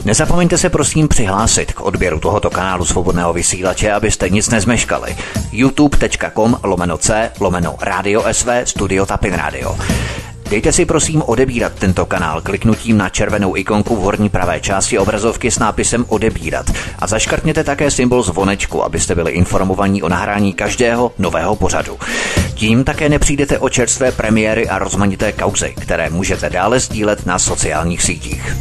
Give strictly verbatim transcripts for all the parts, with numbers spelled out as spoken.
Nezapomeňte se prosím přihlásit k odběru tohoto kanálu Svobodného vysílače, abyste nic nezmeškali. youtube.com lomeno c lomeno Radio S V Studio Tapin Radio. Dejte si prosím odebírat tento kanál kliknutím na červenou ikonku v horní pravé části obrazovky s nápisem odebírat a zaškrtněte také symbol zvonečku, abyste byli informovaní o nahrání každého nového pořadu. Tím také nepřijdete o čerstvé premiéry a rozmanité kauzy, které můžete dále sdílet na sociálních sítích.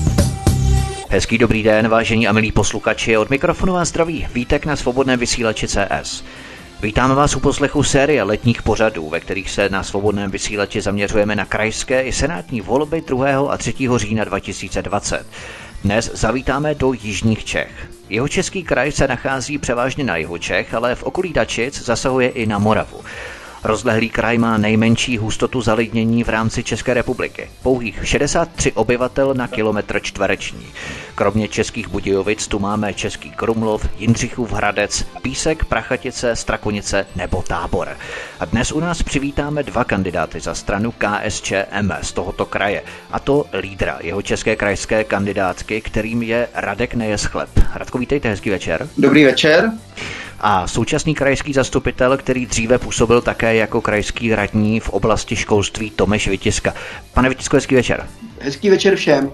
Hezký dobrý den, vážení a milí posluchači, od mikrofonu vás zdraví Vítek na Svobodném vysílači C S. Vítáme vás u poslechu série letních pořadů, ve kterých se na Svobodném vysílači zaměřujeme na krajské i senátní volby druhého a třetího října dva tisíce dvacet. Dnes zavítáme do jižních Čech. Jihočeský kraj se nachází převážně na jihu Čech, ale v okolí Dačic zasahuje i na Moravu. Rozlehlý kraj má nejmenší hustotu zalidnění v rámci České republiky. Pouhých šedesát tři obyvatel na kilometr čtvereční. Kromě Českých Budějovic tu máme Český Krumlov, Jindřichův Hradec, Písek, Prachatice, Strakonice nebo Tábor. A dnes u nás přivítáme dva kandidáty za stranu K S Č M z tohoto kraje. A to lídra jeho české krajské kandidátky, kterým je Radek Nejeschlep. Radko, vítejte, hezký večer. Dobrý večer. A současný krajský zastupitel, který dříve působil také jako krajský radní v oblasti školství, Tomeš Vytiska. Pane Vytisko, hezký večer. Hezký večer všem.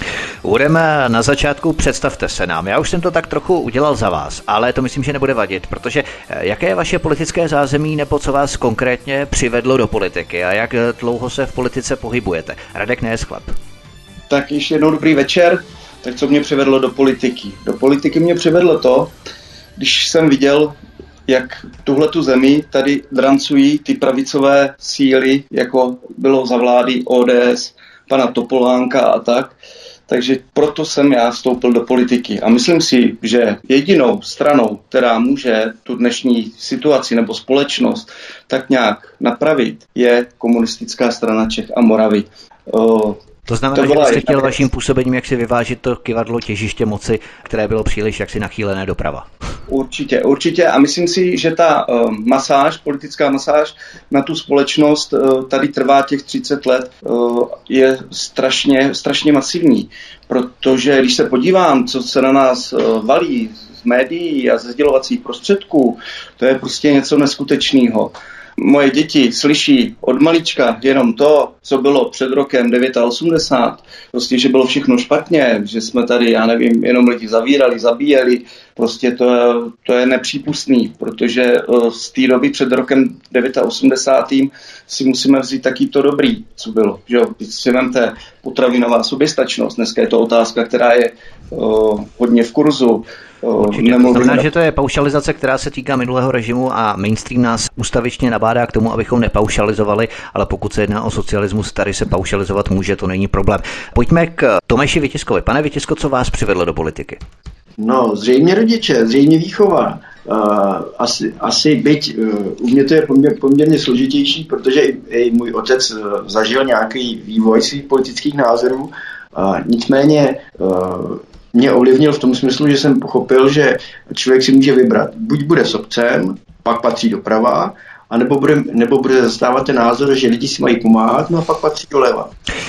Budeme na začátku, představte se nám. Já už jsem to tak trochu udělal za vás, ale to myslím, že nebude vadit, protože jaké je vaše politické zázemí nebo co vás konkrétně přivedlo do politiky a jak dlouho se v politice pohybujete? Radek Nejeschlep. Tak ještě jednou dobrý večer. Tak co mě přivedlo do politiky? Do politiky mě přivedlo to, když jsem viděl, jak tuhletu zemi tady drancují ty pravicové síly, jako bylo za vlády O D S, pana Topolánka a tak. Takže proto jsem já vstoupil do politiky. A myslím si, že jedinou stranou, která může tu dnešní situaci nebo společnost tak nějak napravit, je Komunistická strana Čech a Moravy. O, To znamená, to že jste chtěl vaším působením jak si vyvážit to kyvadlo těžiště moci, které bylo příliš jaksi nachýlené doprava. Určitě, určitě. A myslím si, že ta uh, masáž, politická masáž na tu společnost uh, tady trvá těch třicet let, uh, je strašně, strašně masivní. Protože když se podívám, co se na nás uh, valí z médií a ze sdělovacích prostředků, to je prostě něco neskutečného. Moje děti slyší od malička jenom to, co bylo před rokem osmdesát devět, prostě, že bylo všechno špatně, že jsme tady, já nevím, jenom lidi zavírali, zabíjeli, prostě to je, to je nepřípustný, protože z té doby před rokem osmdesát devět si musíme vzít taky to dobrý, co bylo. Že jo? Když si vemte potravinová soběstačnost, dneska je to otázka, která je uh, hodně v kurzu. Určitě. To znamená, že to je paušalizace, která se týká minulého režimu a mainstream nás ustavičně nabádá k tomu, abychom nepaušalizovali, ale pokud se jedná o socialismus, tady se paušalizovat může, to není problém. Pojďme k Tomeši Vytiskovi. Pane Vytisko, co vás přivedlo do politiky? No, zřejmě rodiče, zřejmě výchova. Uh, asi, asi byť uh, u mě to je poměr, poměrně složitější, protože i, i můj otec uh, zažil nějaký vývoj svých politických názorů. Uh, nicméně uh, mě ovlivnil v tom smyslu, že jsem pochopil, že člověk si může vybrat. Buď bude sobcem, pak patří doprava, anebo bude, nebo bude zastávat ten názor, že lidi si mají pomáhat, no a pak patří doleva.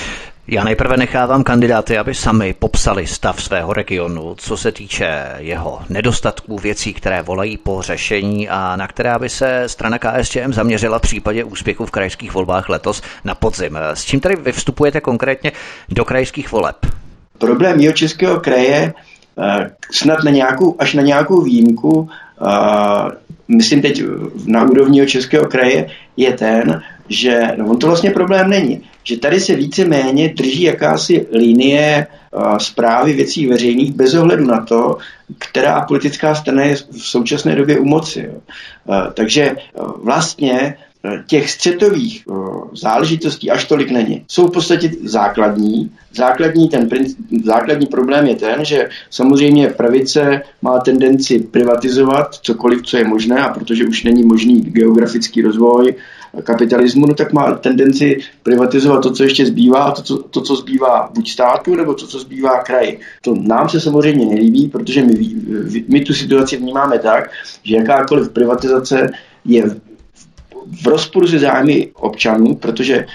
Já nejprve nechávám kandidáty, aby sami popsali stav svého regionu, co se týče jeho nedostatků, věcí, které volají po řešení a na které by se strana K S Č M zaměřila v případě úspěchu v krajských volbách letos na podzim. S čím tady vy vstupujete konkrétně do krajských voleb? Problém Jihočeského kraje snad na nějakou, až na nějakou výjimku, myslím teď na úrovni Jihočeského kraje, je ten, že no on to vlastně problém není, že tady se víceméně drží jakási linie správy věcí veřejných bez ohledu na to, která politická strana je v současné době u moci. Takže vlastně těch střetových záležitostí až tolik není. Jsou v podstatě základní. Základní, ten princ, základní problém je ten, že samozřejmě pravice má tendenci privatizovat cokoliv, co je možné, a protože už není možný geografický rozvoj kapitalismu, no tak má tendenci privatizovat to, co ještě zbývá, a to, co, to, co zbývá buď státu, nebo to, co zbývá kraji. To nám se samozřejmě nelíbí, protože my, my tu situaci vnímáme tak, že jakákoliv privatizace je v rozporu se zájmy občanů, protože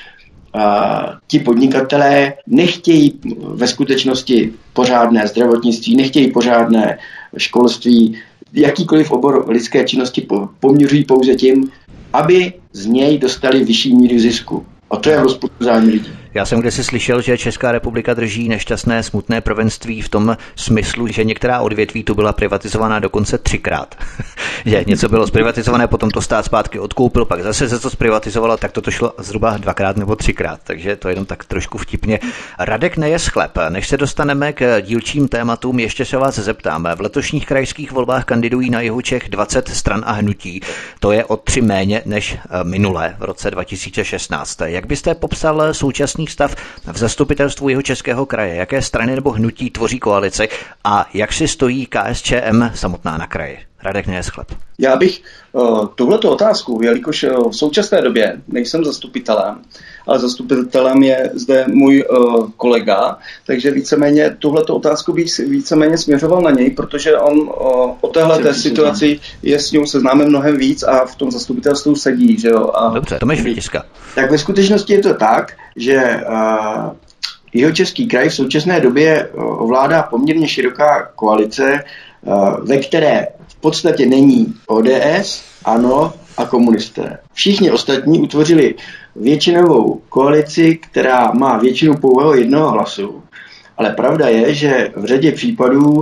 a ti podnikatelé nechtějí ve skutečnosti pořádné zdravotnictví, nechtějí pořádné školství, jakýkoliv obor lidské činnosti poměřují pouze tím, aby z něj dostali vyšší míru zisku. A to je v rozporu zájmu lidí. Já jsem kdysi slyšel, že Česká republika drží nešťastné smutné prvenství v tom smyslu, že některá odvětví tu byla privatizovaná dokonce třikrát. Že něco bylo zprivatizované, potom to stát zpátky odkoupil, pak zase se to zprivatizovalo, tak to šlo zhruba dvakrát nebo třikrát. Takže to jenom tak trošku vtipně. Radek nejes chleb. Než se dostaneme k dílčím tématům, ještě se vás zeptám. V letošních krajských volbách kandidují na jihu Čech dvacet stran a hnutí. To je o tři méně než minulé v roce dva tisíce šestnáct. Jak byste popsal současný stav v zastupitelstvu Jihočeského kraje? Jaké strany nebo hnutí tvoří koalici a jak si stojí K S Č M samotná na kraji? Radek nejes chleb. Já bych uh, tuhletu otázku, jelikož uh, v současné době nejsem zastupitelem, ale zastupitelem je zde můj uh, kolega, takže víceméně tuhletu otázku bych víceméně směřoval na něj, protože on uh, o téhleté situaci je s ním seznámen mnohem víc a v tom zastupitelstvu sedí. Že jo? A... Dobře, Tomáš Vytiska. Tak ve skutečnosti je to tak, že uh, Jihočeský kraj v současné době ovládá poměrně široká koalice, uh, ve které v podstatě není O D S, ANO a komunisté. Všichni ostatní utvořili většinovou koalici, která má většinu pouhého jednoho hlasu. Ale pravda je, že v řadě případů,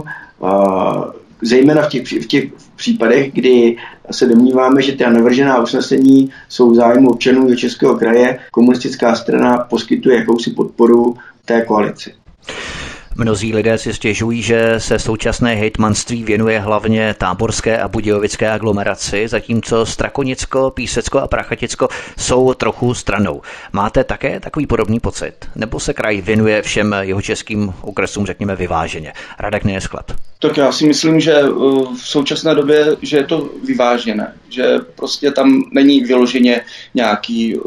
zejména v těch, v těch případech, kdy se domníváme, že ta navržená usnesení jsou v zájmu občanů Jihočeského kraje, komunistická strana poskytuje jakousi podporu té koalici. Mnozí lidé si stěžují, že se současné hejtmanství věnuje hlavně táborské a budějovické aglomeraci, zatímco Strakonicko, Písecko a Prachaticko jsou trochu stranou. Máte také takový podobný pocit? Nebo se kraj věnuje všem jihočeským okresům, řekněme, vyváženě? Radek nejes chleb. Tak já si myslím, že v současné době, že je to vyvážené, že prostě tam není vyloženě nějaký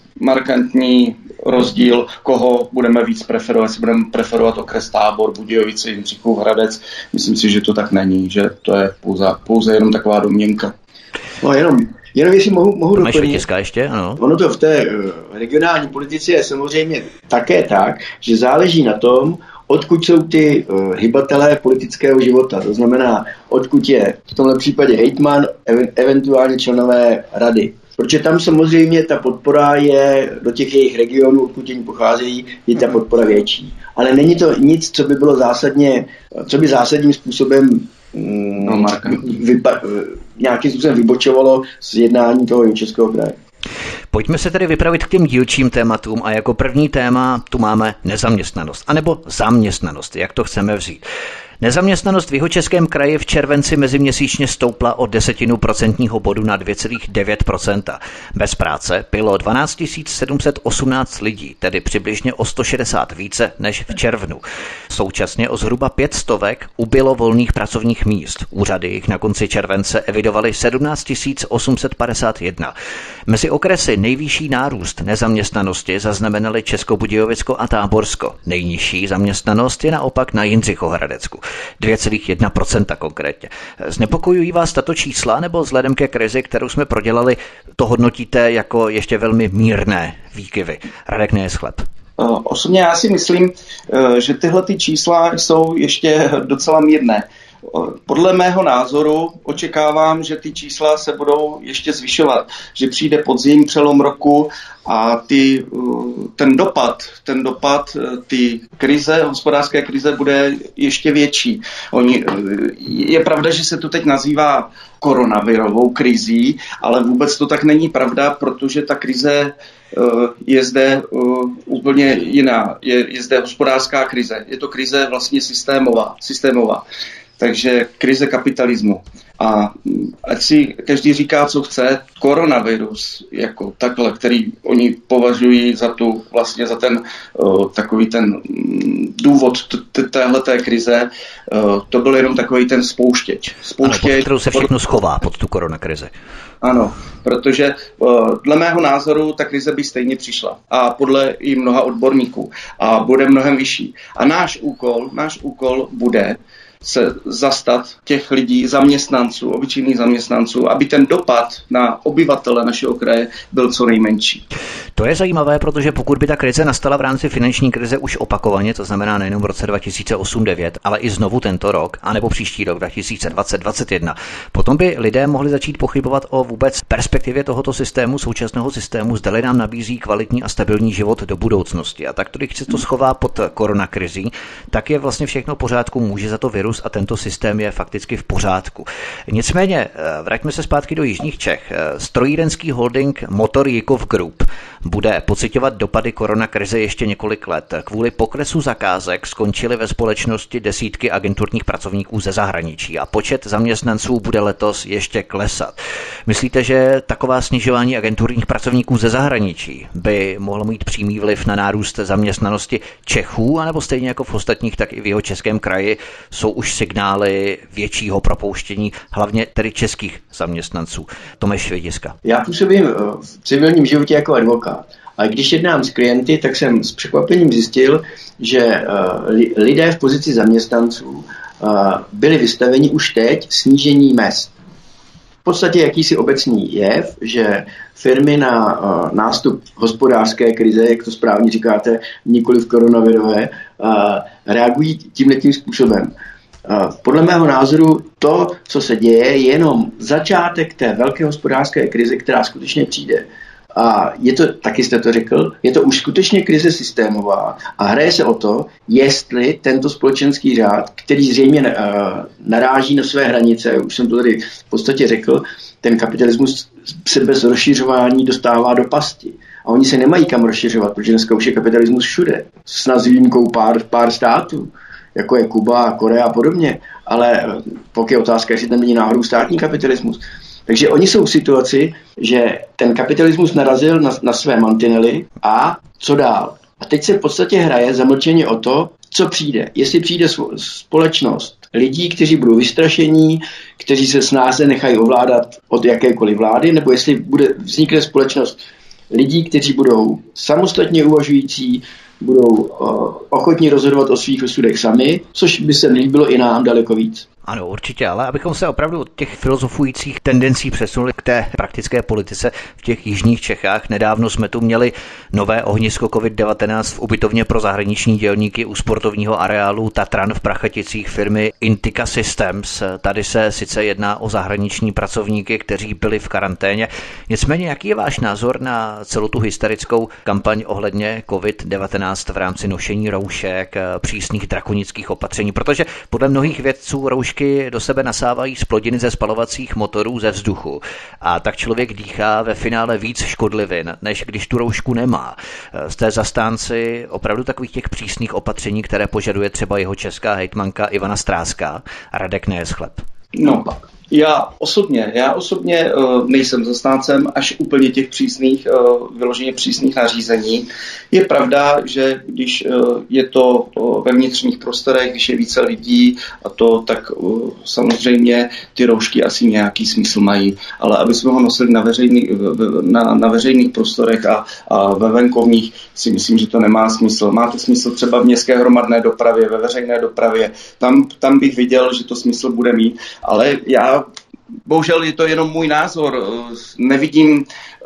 markantní rozdíl, koho budeme víc preferovat, jestli budeme preferovat okres Tábor, Budějovice, Jindřichův Hradec. Myslím si, že to tak není, že to je pouze, pouze jenom taková domněnka. No jenom, jenom jestli mohu, mohu doplnit. Ještě, ano. Ono to v té regionální politice je samozřejmě také tak, že záleží na tom, odkud jsou ty uh, hybatelé politického života. To znamená, odkud je v tomhle případě hejtman, ev- eventuálně členové rady. Protože tam samozřejmě ta podpora je do těch jejich regionů, odkud oni pocházejí, je ta podpora větší. Ale není to nic, co by bylo zásadně, co by zásadním způsobem mm, no, vypa- nějakým způsobem vybočovalo z jednání toho Jihočeského kraje. Pojďme se tedy vypravit k těm dílčím tématům a jako první téma tu máme nezaměstnanost, anebo zaměstnanost, jak to chceme vzít. Nezaměstnanost v Jihočeském kraji v červenci meziměsíčně stoupla o desetinu procentního bodu na dvě celá devět procenta. Bez práce bylo dvanáct tisíc sedm set osmnáct lidí, tedy přibližně o sto šedesát více než v červnu. Současně o zhruba pět stovek ubylo volných pracovních míst. Úřady jich na konci července evidovaly sedmnáct tisíc osm set padesát jedna. Mezi okresy nejvyšší nárůst nezaměstnanosti zaznamenali Českobudějovicko a Táborsko. Nejnižší zaměstnanost je naopak na Jindřichohradecku. dvě celá jedna procenta konkrétně. Znepokojují vás tato čísla nebo vzhledem ke krizi, kterou jsme prodělali, to hodnotíte jako ještě velmi mírné výkyvy? Radek nejes chleb. Osobně já si myslím, že tyhle ty čísla jsou ještě docela mírné. Podle mého názoru očekávám, že ty čísla se budou ještě zvyšovat, že přijde podzim, přelom roku a ty, ten dopad, ten dopad, ty krize, hospodářské krize bude ještě větší. Oni, je pravda, že se to teď nazývá koronavirovou krizí, ale vůbec to tak není pravda, protože ta krize je zde úplně jiná. Je, je zde hospodářská krize. Je to krize vlastně systémová. systémová. Takže krize kapitalismu. A ať si každý říká, co chce, koronavirus jako takhle, který oni považují za tu, vlastně za ten uh, takový ten důvod t- téhleté krize, uh, to byl jenom takový ten spouštěč. Spouštěč, ano, pod kterou se všechno schová pod tu koronakrizi. Ano, protože uh, dle mého názoru ta krize by stejně přišla. A podle i mnoha odborníků. A bude mnohem vyšší. A náš úkol, náš úkol bude se zastat těch lidí, zaměstnanců, obyčejných zaměstnanců, aby ten dopad na obyvatele našeho kraje byl co nejmenší. To je zajímavé, protože pokud by ta krize nastala v rámci finanční krize už opakovaně, to znamená nejenom v roce dva tisíce osm devět, ale i znovu tento rok, anebo příští rok dva tisíce dvacet dvacet jedna, potom by lidé mohli začít pochybovat o vůbec perspektivě tohoto systému, současného systému, zdali nám nabízí kvalitní a stabilní život do budoucnosti. A tak, když se to schová pod koronakrizí, tak je vlastně všechno v pořádku, může za to virus a tento systém je fakticky v pořádku. Nicméně, vraťme se zpátky do jižních Čech. Strojírenský holding Motor Jikov Group bude pociťovat dopady koronakrize ještě několik let. Kvůli poklesu zakázek skončily ve společnosti desítky agenturních pracovníků ze zahraničí a počet zaměstnanců bude letos ještě klesat. Myslíte, že taková snižování agenturních pracovníků ze zahraničí by mohlo mít přímý vliv na nárůst zaměstnanosti Čechů, anebo stejně jako v ostatních, tak i v Jihočeském kraji jsou už signály většího propouštění, hlavně tedy českých zaměstnanců? Tomáš Švědiska. Já působím v civilním životě jako advokát. A když jednám s klienty, tak jsem s překvapením zjistil, že lidé v pozici zaměstnanců byli vystaveni už teď snížení mezd. V podstatě jakýsi obecný jev, že firmy na uh, nástup hospodářské krize, jak to správně říkáte, nikoli v koronavirové, uh, reagují tímhletím způsobem. Uh, podle mého názoru to, co se děje, je jenom začátek té velké hospodářské krize, která skutečně přijde. A je to, taky jste to řekl, je to už skutečně krize systémová a hraje se o to, jestli tento společenský řád, který zřejmě uh, naráží na své hranice, už jsem to tady v podstatě řekl, ten kapitalismus se bez rozšiřování dostává do pasti. A oni se nemají kam rozšiřovat, protože dneska už je kapitalismus všude. S výjimkou pár, pár států, jako je Kuba, Korea a podobně. Ale pokud je otázka, jestli tam není náhodou státní kapitalismus. Takže oni jsou v situaci, že ten kapitalismus narazil na, na své mantinely a co dál. A teď se v podstatě hraje zamlčeně o to, co přijde. Jestli přijde společnost lidí, kteří budou vystrašení, kteří se snáze nechají ovládat od jakékoliv vlády, nebo jestli bude, vznikne společnost lidí, kteří budou samostatně uvažující, budou uh, ochotní rozhodovat o svých osudech sami, což by se líbilo i nám daleko víc. Ano, určitě, ale abychom se opravdu od těch filozofujících tendencí přesunuli k té praktické politice v těch jižních Čechách. Nedávno jsme tu měli nové ohnisko covid devatenáct v ubytovně pro zahraniční dělníky u sportovního areálu Tatran v Prachaticích firmy Intika Systems. Tady se sice jedná o zahraniční pracovníky, kteří byli v karanténě. Nicméně, jaký je váš názor na celou tu hysterickou kampaň ohledně covid devatenáct v rámci nošení roušek, přísných drakonických opatření? Protože podle mnohých vědců roušky do sebe nasávají zplodiny ze spalovacích motorů ze vzduchu a tak člověk dýchá ve finále víc škodlivin, než když tu roušku nemá. Jste zastánci opravdu takových těch přísných opatření, které požaduje třeba jeho česká hejtmanka Ivana Stráská a Radek Nejeschlep? No, já osobně, já osobně uh, nejsem zastáncem až úplně těch přísných, uh, vyloženě přísných nařízení. Je pravda, že když uh, je to uh, ve vnitřních prostorech, když je více lidí a to, tak uh, samozřejmě ty roušky asi nějaký smysl mají. Ale aby jsme ho nosili na, veřejný, na, na veřejných prostorech a, a ve venkovních, si myslím, že to nemá smysl. Má to smysl třeba v městské hromadné dopravě, ve veřejné dopravě. Tam, tam bych viděl, že to smysl bude mít, ale já bohužel je to jenom můj názor. Nevidím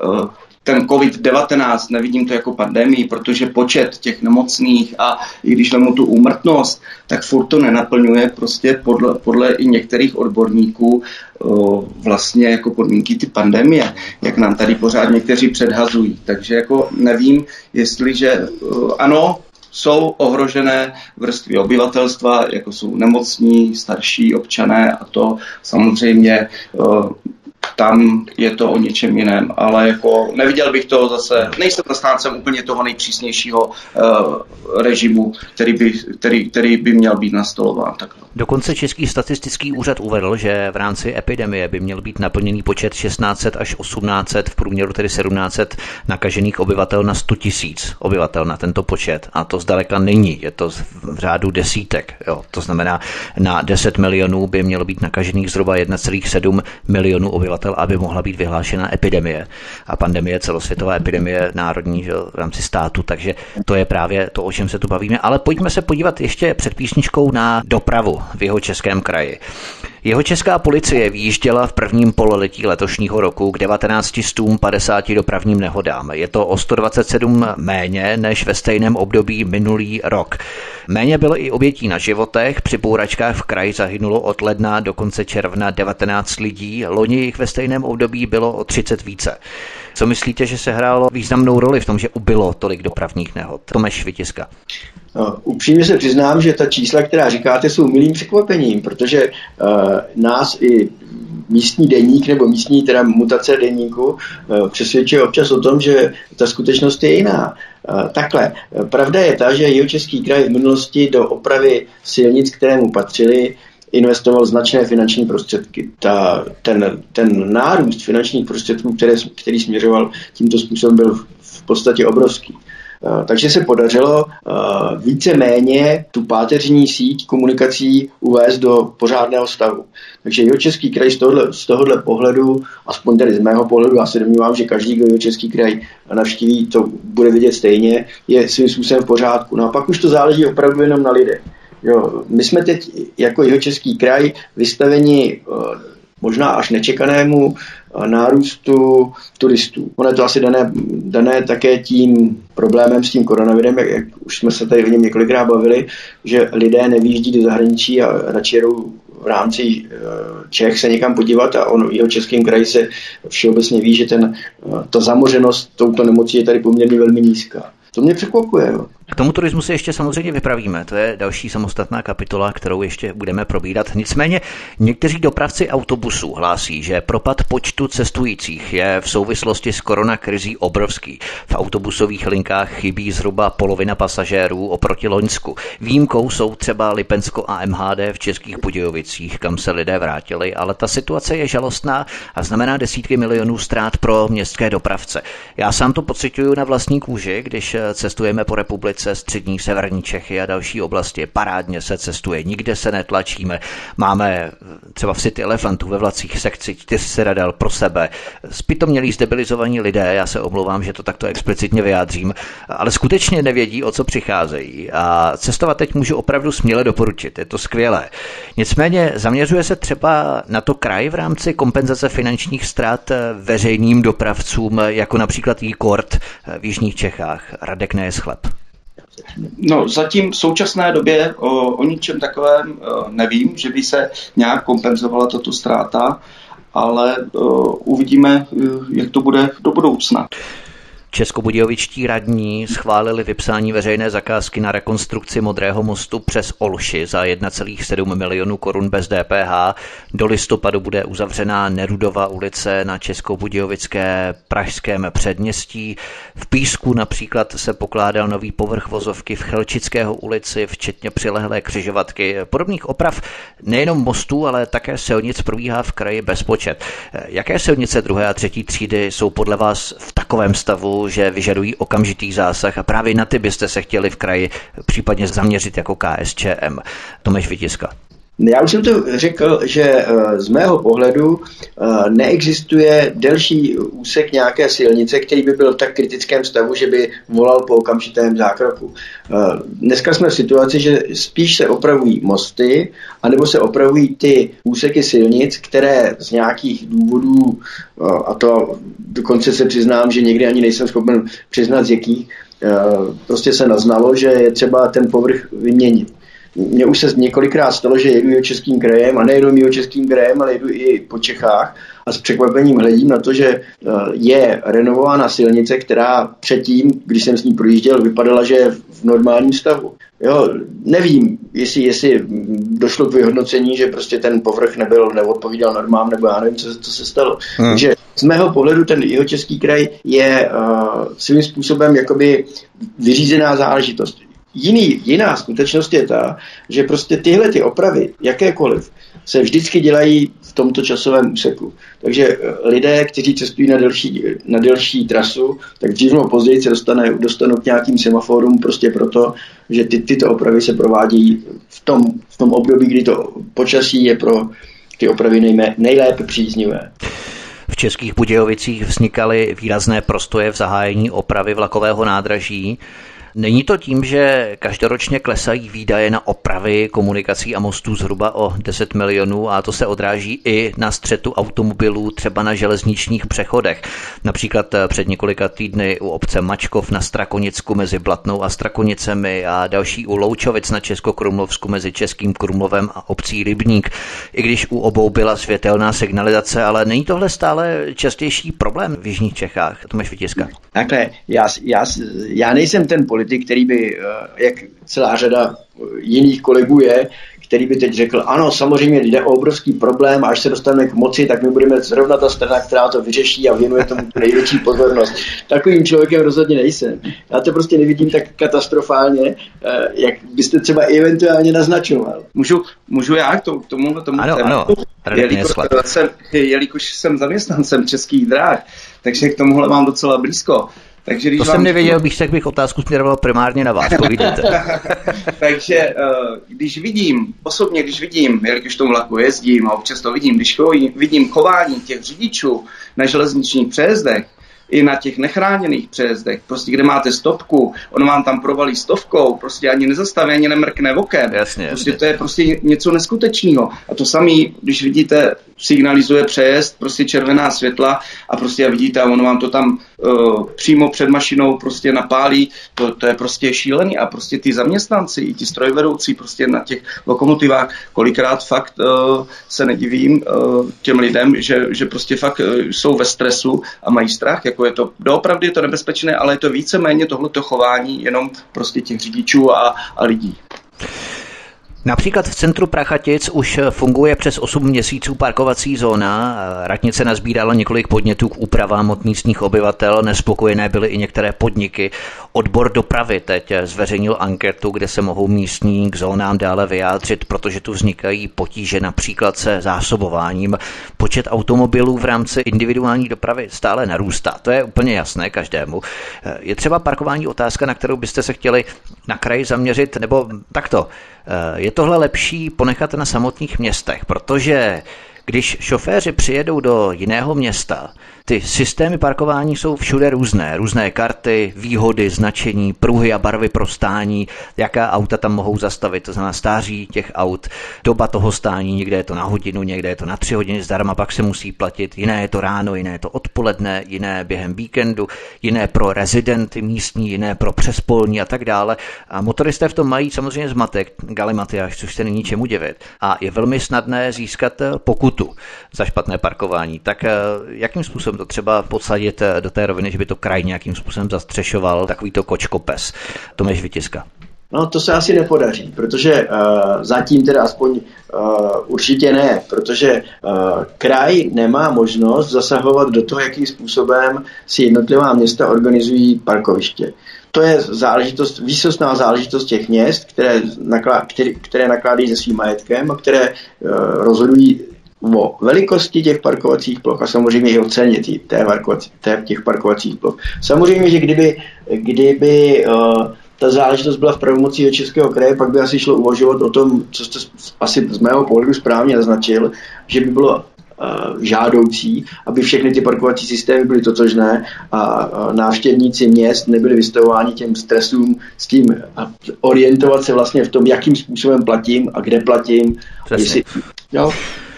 ten covid devatenáct, nevidím to jako pandemii, protože počet těch nemocných a i když vemu tu úmrtnost, tak furt to nenaplňuje prostě podle, podle i některých odborníků vlastně jako podmínky ty pandemie, jak nám tady pořád někteří předhazují. Takže jako nevím, jestliže ano, jsou ohrožené vrstvy obyvatelstva, jako jsou nemocní, starší občané a to samozřejmě tam je to o něčem jiném, ale jako neviděl bych to zase, nejsem zastáncem úplně toho nejpřísnějšího uh, režimu, který by, který, který by měl být nastolován. Tak. Dokonce Český statistický úřad uvedl, že v rámci epidemie by měl být naplněný počet šestnáct set až osmnáct set, v průměru tedy sedmnáct set nakažených obyvatel na sto tisíc obyvatel na tento počet. A to zdaleka není, je to v řádu desítek. Jo. To znamená, na deset milionů by mělo být nakažených zhruba jedna celá sedm milionů obyvatel, aby mohla být vyhlášena epidemie. A pandemie, celosvětová epidemie národní, že, v rámci státu, takže to je právě to, o čem se tu bavíme. Ale pojďme se podívat ještě před písničkou na dopravu v Jihočeském kraji. Jihočeská policie vyjížděla v prvním pololetí letošního roku k devatenáct set padesát dopravním nehodám. Je to o sto dvacet sedm méně než ve stejném období minulý rok. Méně bylo i obětí na životech. Při bouračkách v kraji zahynulo od ledna do konce června devatenáct lidí. Loni jich ve stejném období bylo o třicet více. Co myslíte, že se hrálo významnou roli v tom, že ubylo tolik dopravních nehod? Tomáš Vytiska. No, upřímně se přiznám, že ta čísla, která říkáte, jsou milým překvapením, protože uh, nás i místní deník nebo místní teda mutace deníku uh, přesvědčuje občas o tom, že ta skutečnost je jiná. Uh, takhle, pravda je ta, že Jihočeský kraj v minulosti do opravy silnic, kterému patřili, investoval značné finanční prostředky. Ta, ten, ten nárůst finančních prostředků, které, který směřoval tímto způsobem, byl v podstatě obrovský. Takže se podařilo víceméně tu páteřní síť komunikací uvést do pořádného stavu. Takže Jihočeský kraj z tohohle, z tohohle pohledu, aspoň tedy z mého pohledu, já se domnívám, že každý, kdo Jihočeský kraj navštíví, to bude vidět stejně, je svým způsobem v pořádku. No a pak už to záleží opravdu jenom na lidech. Jo, my jsme teď jako Jihočeský kraj vystaveni možná až nečekanému nárůstu turistů. Ono je to asi dané, dané také tím problémem s tím koronavirem, jak, jak už jsme se tady o něm několikrát bavili, že lidé nevýjíždí do zahraničí a radši jedou v rámci Čech se někam podívat a on v Jihočeském kraji se všeobecně ví, že ten, ta zamořenost touto nemocí je tady poměrně velmi nízká. To mě překvapuje. Jo. K tomu turismu se ještě samozřejmě vypravíme. To je další samostatná kapitola, kterou ještě budeme probírat. Nicméně někteří dopravci autobusů hlásí, že propad počtu cestujících je v souvislosti s koronakrizí obrovský. V autobusových linkách chybí zhruba polovina pasažérů oproti loňsku. Výjimkou jsou třeba Lipensko a M H D v Českých Budějovicích, kam se lidé vrátili, ale ta situace je žalostná a znamená desítky milionů ztrát pro městské dopravce. Já sám to pociťuju na vlastní kůži, když cestujeme po republice, střední, severní Čechy a další oblasti. Parádně se cestuje, nikde se netlačíme. Máme třeba v City Elefantu ve vlacích sekci čtyř sedadel pro sebe. Zpytomělí zdebilizovaní lidé, já se omlouvám, že to takto explicitně vyjádřím, ale skutečně nevědí, o co přicházejí. A cestovat teď můžu opravdu směle doporučit, je to skvělé. Nicméně zaměřuje se třeba na to kraj v rámci kompenzace finančních ztrát veřejným dopravcům, jako například J-Kort v jižních Čechách. Radek Nejeschlep. No, zatím v současné době o, o ničem takovém o, nevím, že by se nějak kompenzovala tato ztráta, ale o, uvidíme, jak to bude do budoucna. Českobudějovičtí radní schválili vypsání veřejné zakázky na rekonstrukci Modrého mostu přes Olši za jedna celá sedm milionu korun bez D P H. Do listopadu bude uzavřená Nerudova ulice na Českobudějovické pražském předměstí. V Písku například se pokládal nový povrch vozovky v Chelčického ulici, včetně přilehlé křižovatky. Podobných oprav nejenom mostů, ale také silnic probíhá v kraji bezpočet. Jaké silnice druhé a třetí třídy jsou podle vás v takovém stavu, že vyžadují okamžitý zásah a právě na ty byste se chtěli v kraji případně zaměřit jako K S Č M? Tomáš Vytiska. Já už jsem to řekl, že z mého pohledu neexistuje delší úsek nějaké silnice, který by byl v tak kritickém stavu, že by volal po okamžitém zákroku. Dneska jsme v situaci, že spíš se opravují mosty, anebo se opravují ty úseky silnic, které z nějakých důvodů, a to dokonce se přiznám, že někdy ani nejsem schopen přiznat z jakých, prostě se naznalo, že je třeba ten povrch vyměnit. Mně už se několikrát stalo, že jedu Jihočeským krajem a nejedu Jihočeským krajem, ale jedu i po Čechách a s překvapením hledím na to, že je renovována silnice, která předtím, když jsem s ní projížděl, vypadala, že je v normálním stavu. Jo, nevím, jestli, jestli došlo k vyhodnocení, že prostě ten povrch nebyl, neodpovídal normám, nebo já nevím, co, co se stalo. Hmm. Takže z mého pohledu ten Jihočeský kraj je uh, svým způsobem jakoby vyřízená záležitost. Jiný, jiná skutečnost je ta, že prostě tyhle ty opravy, jakékoliv, se vždycky dělají v tomto časovém úseku. Takže lidé, kteří cestují na delší, na delší trasu, tak dřív nebo později se dostane, dostanou k nějakým semaforům prostě proto, že ty, tyto opravy se provádějí v tom, v tom období, kdy to počasí je pro ty opravy nejmé, nejlépe příznivé. V Českých Budějovicích vznikaly výrazné prostoje v zahájení opravy vlakového nádraží. Není to tím, že každoročně klesají výdaje na opravy komunikací a mostů zhruba o deset milionů a to se odráží i na střetu automobilů třeba na železničních přechodech. Například před několika týdny u obce Mačkov na Strakonicku mezi Blatnou a Strakonicemi a další u Loučovic na Českokrumlovsku mezi Českým Krumlovem a obcí Rybník. I když u obou byla světelná signalizace, ale není tohle stále častější problém v jižních Čechách? Tomáš Vytiska. Takhle, já, já, já nejsem ten politik, který by, jak celá řada jiných kolegů je, který by teď řekl, ano, samozřejmě jde o obrovský problém a až se dostaneme k moci, tak my budeme zrovna ta strana, která to vyřeší a věnuje tomu největší pozornost. Takovým člověkem rozhodně nejsem. Já to prostě nevidím tak katastrofálně, jak byste třeba eventuálně naznačoval. Můžu, můžu já k tomu, k tomu, tomu ano, tématu? Ano, jelikož jsem, jelikož jsem zaměstnancem Českých drah, takže k tomuhle mám docela blízko. Takže když to vám jsem nevěděl, bych tak bych otázku směroval primárně na vás, povídejte. Takže když vidím, osobně když vidím, jelikož tomu vlaku jezdím a občas to vidím, když vidím chování těch řidičů na železničních přejezdech, i na těch nechráněných přejezdech, prostě kde máte stopku, on vám tam provalí stovkou, prostě ani nezastaví, ani nemrkne okem. Jasně, prostě jasně. To je prostě něco neskutečného. A to samý, když vidíte, signalizuje přejezd, prostě červená světla a prostě vidíte, a on vám to tam uh, přímo před mašinou prostě napálí, to, to je prostě šílený a prostě ty zaměstnanci, i ti strojvedoucí prostě na těch lokomotivách, kolikrát fakt uh, se nedivím uh, těm lidem, že, že prostě fakt uh, jsou ve stresu a mají strach, jako je to, doopravdy je to nebezpečné, ale je to víceméně tohleto chování jenom prostě těch řidičů a, a lidí. Například v centru Prachatic už funguje přes osm měsíců parkovací zóna. Radnice nazbírala několik podnětů k úpravám od místních obyvatel. Nespokojené byly i některé podniky. Odbor dopravy teď zveřejnil anketu, kde se mohou místní k zónám dále vyjádřit, protože tu vznikají potíže například se zásobováním. Počet automobilů v rámci individuální dopravy stále narůstá. To je úplně jasné každému. Je třeba parkování otázka, na kterou byste se chtěli na kraji zaměřit, nebo takto. Je tohle lepší ponechat na samotných městech, protože když šoféři přijedou do jiného města, ty systémy parkování jsou všude různé. Různé karty, výhody, značení, pruhy a barvy pro stání, jaká auta tam mohou zastavit, to znamená stáří těch aut, doba toho stání, někde je to na hodinu, někde je to na tři hodiny zdarma, pak se musí platit, jiné je to ráno, jiné je to odpoledne, jiné během víkendu, jiné pro rezidenty místní, jiné pro přespolní a tak dále. A motoristé v tom mají samozřejmě zmatek, galimatiáš, což se není čemu divit. A je velmi snadné získat pokutu za špatné parkování. Tak jakým způsobem to třeba podsadit do té roviny, že by to kraj nějakým způsobem zastřešoval, takovýto kočkopes? Tomáš Vytiska. No to se asi nepodaří, protože uh, zatím teda aspoň uh, určitě ne, protože uh, kraj nemá možnost zasahovat do toho, jakým způsobem si jednotlivá města organizují parkoviště. To je záležitost, výsostná záležitost těch měst, které, naklá, které, které nakládají se svým majetkem a které uh, rozhodují o velikosti těch parkovacích ploch a samozřejmě i o ceně tý, té, té, těch parkovacích ploch. Samozřejmě, že kdyby, kdyby uh, ta záležitost byla v pravomoci Českého kraje, pak by asi šlo uvažovat o tom, co jste asi z mého pohledu správně naznačil, že by bylo uh, žádoucí, aby všechny ty parkovací systémy byly totožné a uh, návštěvníci měst nebyli vystavováni těm stresům s tím a orientovat se vlastně v tom, jakým způsobem platím a kde platím. Jestli, jo.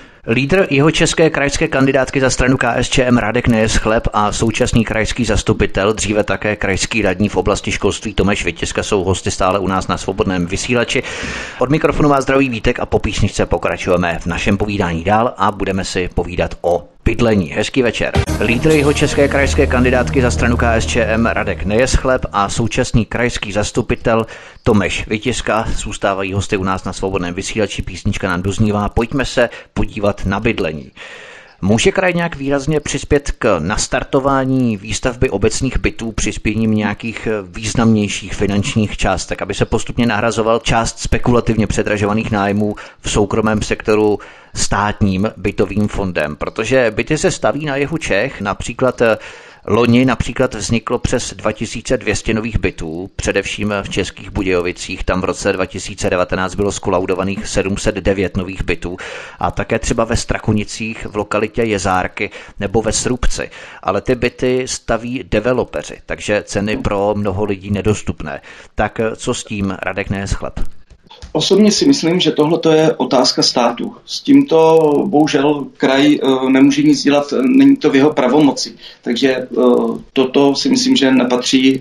Lídr jihočeské krajské kandidátky za stranu K S Č M Radek Nejeschleb a současný krajský zastupitel, dříve také krajský radní v oblasti školství Tomáš Vytiska jsou hosty stále u nás na Svobodném vysílači. Od mikrofonu vás zdraví Vítek a po písničce pokračujeme v našem povídání dál a budeme si povídat o bydlení. Hezký večer. Lídr jihočeské krajské kandidátky za stranu K S Č M Radek Nejeschleb a současný krajský zastupitel Tomáš Vytiska zůstávají hosty u nás na Svobodném vysílači. Písnička nám doznívá. Pojďme se podívat na bydlení. Může kraj nějak výrazně přispět k nastartování výstavby obecních bytů přispěním nějakých významnějších finančních částek, aby se postupně nahrazoval část spekulativně předražovaných nájmů v soukromém sektoru státním bytovým fondem? Protože byty se staví na jihu Čech, například Loni například vzniklo přes dva tisíce dvě stě nových bytů, především v Českých Budějovicích. Tam v roce dva tisíce devatenáct bylo skolaudovaných sedm set devět nových bytů a také třeba ve Strakonicích v lokalitě Jezárky nebo ve Srubci. Ale ty byty staví developeři, takže ceny pro mnoho lidí nedostupné. Tak co s tím, Radek Neschlep? Osobně si myslím, že tohle je otázka státu. S tímto bohužel kraj nemůže nic dělat, není to v jeho pravomoci. Takže toto si myslím, že nepatří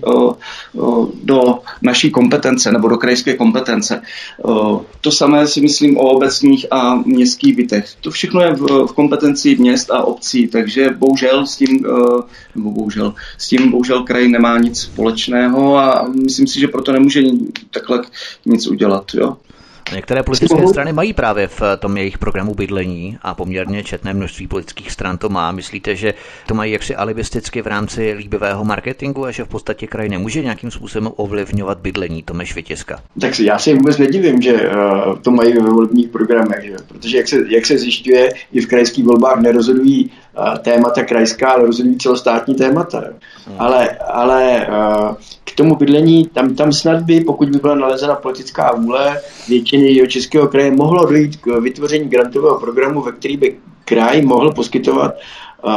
do naší kompetence nebo do krajské kompetence. To samé si myslím o obecních a městských bytech. To všechno je v kompetenci měst a obcí, takže bohužel s tím, nebo bohužel, s tím bohužel kraj nemá nic společného a myslím si, že proto nemůže takhle nic udělat. Jo? Některé politické strany mají právě v tom jejich programu bydlení a poměrně četné množství politických stran to má. Myslíte, že to mají jaksi alibisticky v rámci líbivého marketingu a že v podstatě kraj nemůže nějakým způsobem ovlivňovat bydlení? Tomáš Vytězka. Tak já se vůbec nedivím, že uh, to mají ve volebních programech, že? Protože jak se, jak se zjišťuje, i v krajských volbách nerozhodují uh, témata krajská, ale rozhodují celostátní témata. Hmm. Ale, ale uh, k tomu bydlení, tam, tam snad by, pokud by byla nalezena politická vůle většiny Jihočeského kraje, mohlo dojít k vytvoření grantového programu, ve který by kraj mohl poskytovat uh,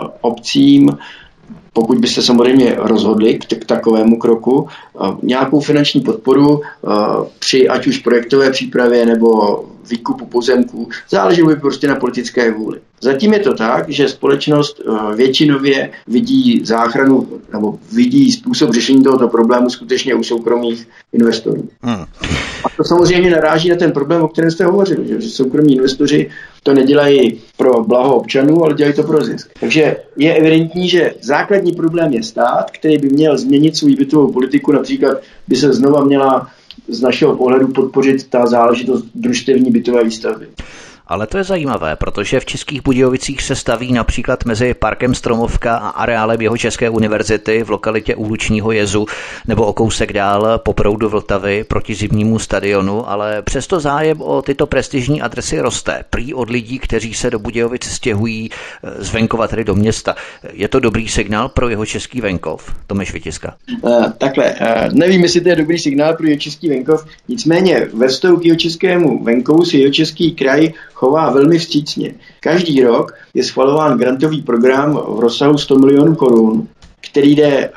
obcím, pokud by se samozřejmě rozhodli k, t- k takovému kroku, uh, nějakou finanční podporu uh, při ať už projektové přípravě nebo výkupu pozemků. Záleží by prostě na politické vůli. Zatím je to tak, že společnost uh, většinově vidí záchranu nebo vidí způsob řešení tohoto problému skutečně u soukromých investorů. Hmm. A to samozřejmě naráží na ten problém, o kterém jste hovořili, že soukromí investoři to nedělají pro blaho občanů, ale dělají to pro zisk. Takže je evidentní, že základní problém je stát, který by měl změnit svou bytovou politiku, například by se znova měla z našeho pohledu podpořit ta záležitost družstevní bytové výstavby. Ale to je zajímavé, protože v Českých Budějovicích se staví například mezi parkem Stromovka a areálem Jihočeské univerzity v lokalitě u Lučního jezu nebo o kousek dál po proudu Vltavy proti zimnímu stadionu, ale přesto zájem o tyto prestižní adresy roste. Prý od lidí, kteří se do Budějovic stěhují z venkova, tedy do města. Je to dobrý signál pro jihočeský venkov? Tomáš Vytězka. Uh, takhle, uh, nevím, jestli to je dobrý signál pro jihočeský venkov, nicméně ve vztahu k jihočeskému venkovu si Jihočeský kraj chová velmi vstřícně. Každý rok je schvalován grantový program v rozsahu sto milionů korun, který jde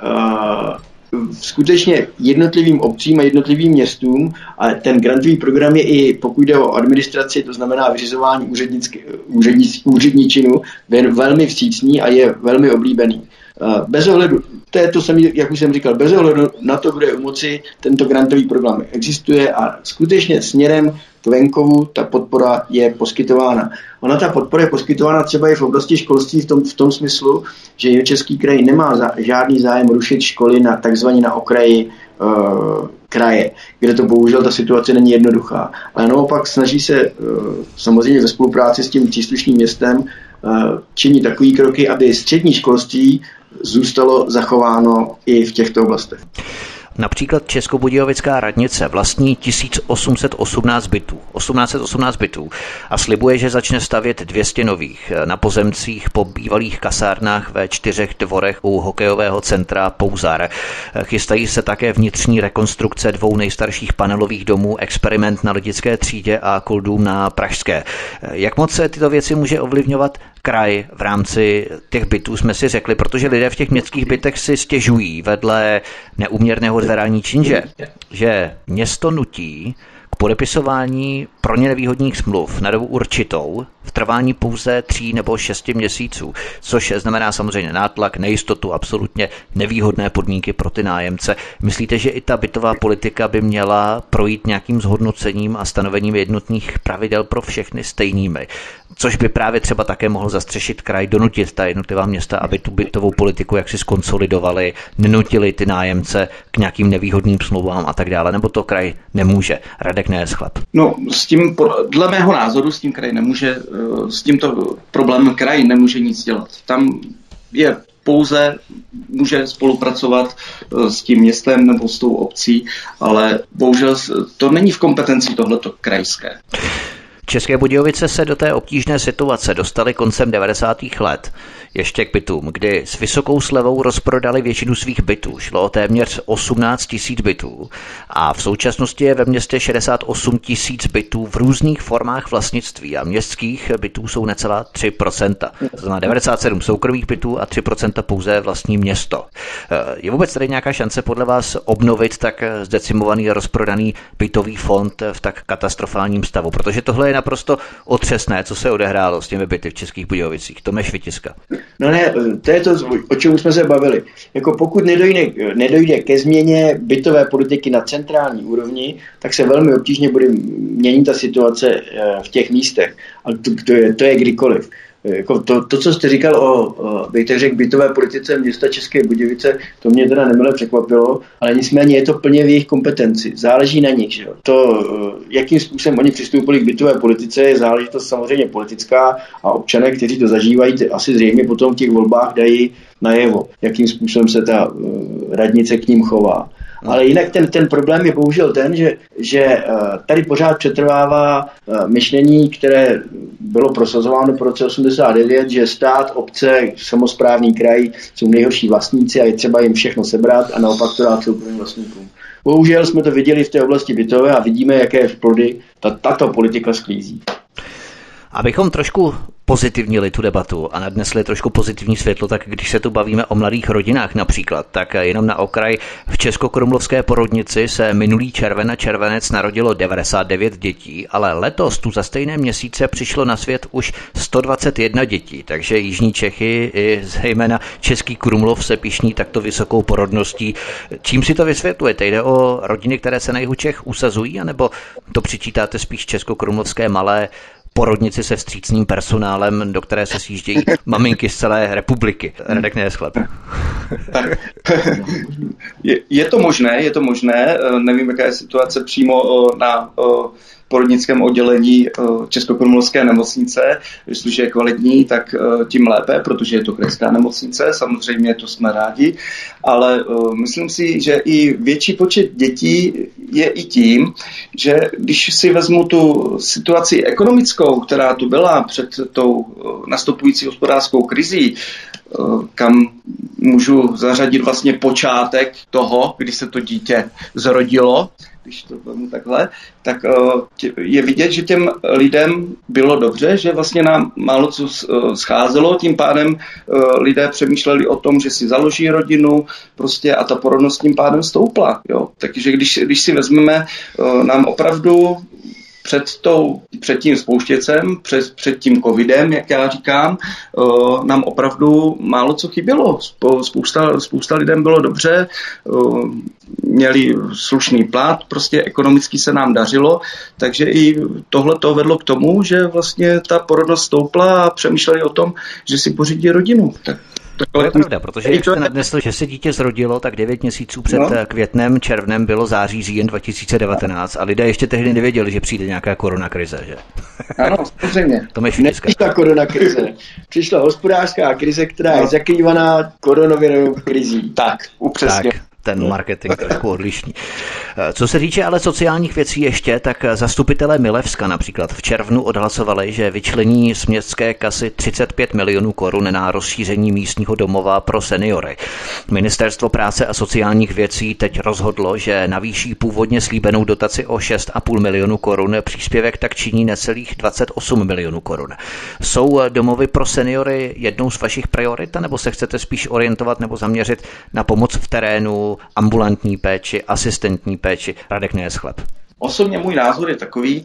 uh, skutečně jednotlivým obcím a jednotlivým městům, a ten grantový program je i, pokud jde o administraci, to znamená vyřizování úředničinu, velmi vstřícný a je velmi oblíbený. Bez ohledu, to je to samé, jak už jsem říkal, bez ohledu na to, kdo je u moci, tento grantový program existuje a skutečně směrem k venkovu ta podpora je poskytována. Ona ta podpora je poskytována třeba i v oblasti školství v tom, v tom smyslu, že Jihočeský kraj nemá za, žádný zájem rušit školy na takzvaně na okraji uh, kraje, kde to bohužel ta situace není jednoduchá. Ale naopak snaží se uh, samozřejmě ve spolupráci s tím příslušným městem uh, činit takové kroky, aby střední školství zůstalo zachováno i v těchto oblastech. Například Českobudějovická radnice vlastní tisíc osm set osmnáct bytů, osmnáct set osmnáct bytů a slibuje, že začne stavět dvě stě nových na pozemcích po bývalých kasárnách ve čtyřech dvorech u hokejového centra Pouzar. Chystají se také vnitřní rekonstrukce dvou nejstarších panelových domů, experiment na Lidické třídě a Kuldům na Pražské. Jak moc se tyto věci může ovlivňovat kraj v rámci těch bytů, jsme si řekli, protože lidé v těch městských bytech si stěžují vedle neúměrného zvedání činže, že město nutí k podepisování pro ně nevýhodných smluv na dobu určitou v trvání pouze tří nebo šesti měsíců, což znamená samozřejmě nátlak, nejistotu, absolutně nevýhodné podmínky pro ty nájemce. Myslíte, že i ta bytová politika by měla projít nějakým zhodnocením a stanovením jednotných pravidel pro všechny stejnými, což by právě třeba také mohl zastřešit kraj, donutit ta jednotlivá města, aby tu bytovou politiku jaksi skonsolidovali, nenutili ty nájemce k nějakým nevýhodným smlouvám a tak dále, nebo to kraj nemůže. Radek Neschlep. No, s tím, dle mého názoru, s tím kraj nemůže, s tímto problémem kraj nemůže nic dělat. Tam je pouze může spolupracovat s tím městem nebo s tou obcí, ale bohužel to není v kompetenci tohleto krajské. České Budějovice se do té obtížné situace dostaly koncem devadesátých let. Ještě k bytům, kdy s vysokou slevou rozprodali většinu svých bytů. Šlo o téměř osmnáct tisíc bytů a v současnosti je ve městě šedesát osm tisíc bytů v různých formách vlastnictví a městských bytů jsou necelá tři procenta. To znamená devadesát sedm soukromých bytů a tři procenta pouze vlastní město. Je vůbec tady nějaká šance podle vás obnovit tak zdecimovaný a rozprodaný bytový fond v tak katastrofálním stavu? Protože tohle je naprosto otřesné, co se odehrálo s těmi byty v Českých Budějovicích. Tomáš Vytiska. No ne, to je to, o čem jsme se bavili. Jako pokud nedojde, nedojde ke změně bytové politiky na centrální úrovni, tak se velmi obtížně bude měnit ta situace v těch místech. A to, to, je, to je kdykoliv. Jako to, to, co jste říkal o, o bych tak řekl, bytové politice města České Budějovice, to mě teda nemile překvapilo, ale nicméně je to plně v jejich kompetenci. Záleží na nich. Že jo? To, jakým způsobem oni přistoupili k bytové politice, je záležitost samozřejmě politická a občané, kteří to zažívají, asi zřejmě potom v těch volbách dají najevo, jakým způsobem se ta radnice k ním chová. Ale jinak ten, ten problém je bohužel ten, že, že tady pořád přetrvává myšlení, které bylo prosazováno po roce osmdesát devět, že stát, obce, samosprávný kraj jsou nejhorší vlastníci a je třeba jim všechno sebrat a naopak to dát soukromým vlastníkům. Bohužel jsme to viděli v té oblasti bytové a vidíme, jaké plody ta, tato politika sklízí. Abychom trošku pozitivnili tu debatu a nadnesli trošku pozitivní světlo, tak když se tu bavíme o mladých rodinách například, tak jenom na okraj v Českokrumlovské porodnici se minulý červen a červenec narodilo devadesát devět dětí, ale letos tu za stejné měsíce přišlo na svět už sto dvacet jedna dětí, takže jižní Čechy i zejména Český Krumlov se pyšní takto vysokou porodností. Čím si to vysvětlujete? Jde o rodiny, které se na jihu Čech usazují, anebo to přičítáte spíš Českokrumlovské malé porodnici se vstřícným personálem, do které se sjíždějí maminky z celé republiky? Radek Nejeschlep. Tak, je, je to možné, je to možné. Nevím, jaká je situace přímo na porodnickém oddělení Českokrumlovské nemocnice. Jestliže je kvalitní, tak tím lépe, protože je to krajská nemocnice, samozřejmě to jsme rádi, ale myslím si, že i větší počet dětí je i tím, že když si vezmu tu situaci ekonomickou, která tu byla před tou nastupující hospodářskou krizí, kam můžu zařadit vlastně počátek toho, kdy se to dítě zrodilo, když to vezmu takhle, tak je vidět, že těm lidem bylo dobře, že vlastně nám málo co scházelo, tím pádem lidé přemýšleli o tom, že si založí rodinu prostě a ta porodnost tím pádem stoupla. Jo. Takže když, když si vezmeme, nám opravdu před, tou, před tím spouštěcem, před, před tím covidem, jak já říkám, uh, nám opravdu málo co chybělo. Spousta, spousta lidem bylo dobře, uh, měli slušný plat, prostě ekonomicky se nám dařilo, takže i tohle to vedlo k tomu, že vlastně ta porodnost stoupla a přemýšleli o tom, že si pořídí rodinu. Tak to je pravda, protože jak jste nadnesl, že se dítě zrodilo, tak devět měsíců před no. květnem, červnem bylo září, říjen dva tisíce devatenáct a lidé ještě tehdy nevěděli, že přijde nějaká koronakrize, že? Ano, samozřejmě. To nepřišla koronakrize. Přišla hospodářská krize, která no. je zakrývaná koronavirovou krizí. Tak, upřesně. Tak. Ten marketing trošku odlišný. Co se týče ale sociálních věcí ještě, tak zastupitelé Milevska například v červnu odhlasovali, že vyčlení z městské kasy třicet pět milionů korun na rozšíření místního domova pro seniory. Ministerstvo práce a sociálních věcí teď rozhodlo, že navýší původně slíbenou dotaci o šest a půl milionu korun, příspěvek tak činí necelých dvacet osm milionů korun. Jsou domovy pro seniory jednou z vašich priorit, nebo se chcete spíš orientovat nebo zaměřit na pomoc v terénu, ambulantní péči, asistentní péči? Radek Nejeschlep. Osobně můj názor je takový,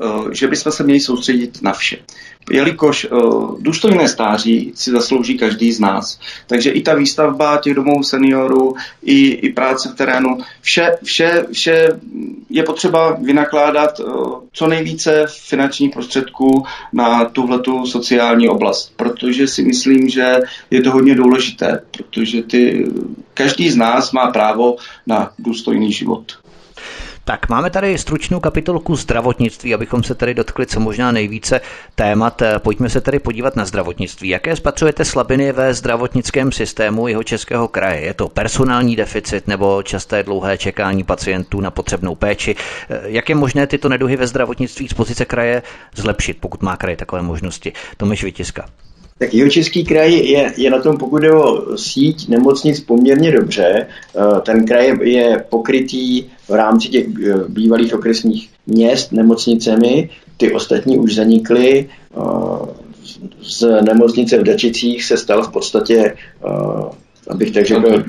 že bychom se měli soustředit na vše. Jelikož důstojné stáří si zaslouží každý z nás. Takže i ta výstavba těch domovů seniorů, i, i práce v terénu, vše, vše, vše je potřeba vynakládat co nejvíce finančních prostředků na tuhletu sociální oblast. Protože si myslím, že je to hodně důležité, protože ty, každý z nás má právo na důstojný život. Tak máme tady stručnou kapitolku zdravotnictví, abychom se tady dotkli co možná nejvíce témat. Pojďme se tady podívat na zdravotnictví. Jaké spatřujete slabiny ve zdravotnickém systému Jihočeského kraje? Je to personální deficit nebo časté dlouhé čekání pacientů na potřebnou péči? Jak je možné tyto neduhy ve zdravotnictví z pozice kraje zlepšit, pokud má kraj takové možnosti? Tomáš Vytiska. Tak Jihočeský kraj je, je na tom, pokud jde o síť nemocnic, poměrně dobře. Ten kraj je pokrytý v rámci těch bývalých okresních měst nemocnicemi. Ty ostatní už zanikly. Z nemocnice v Dačicích se stal v podstatě, abych tak řekl,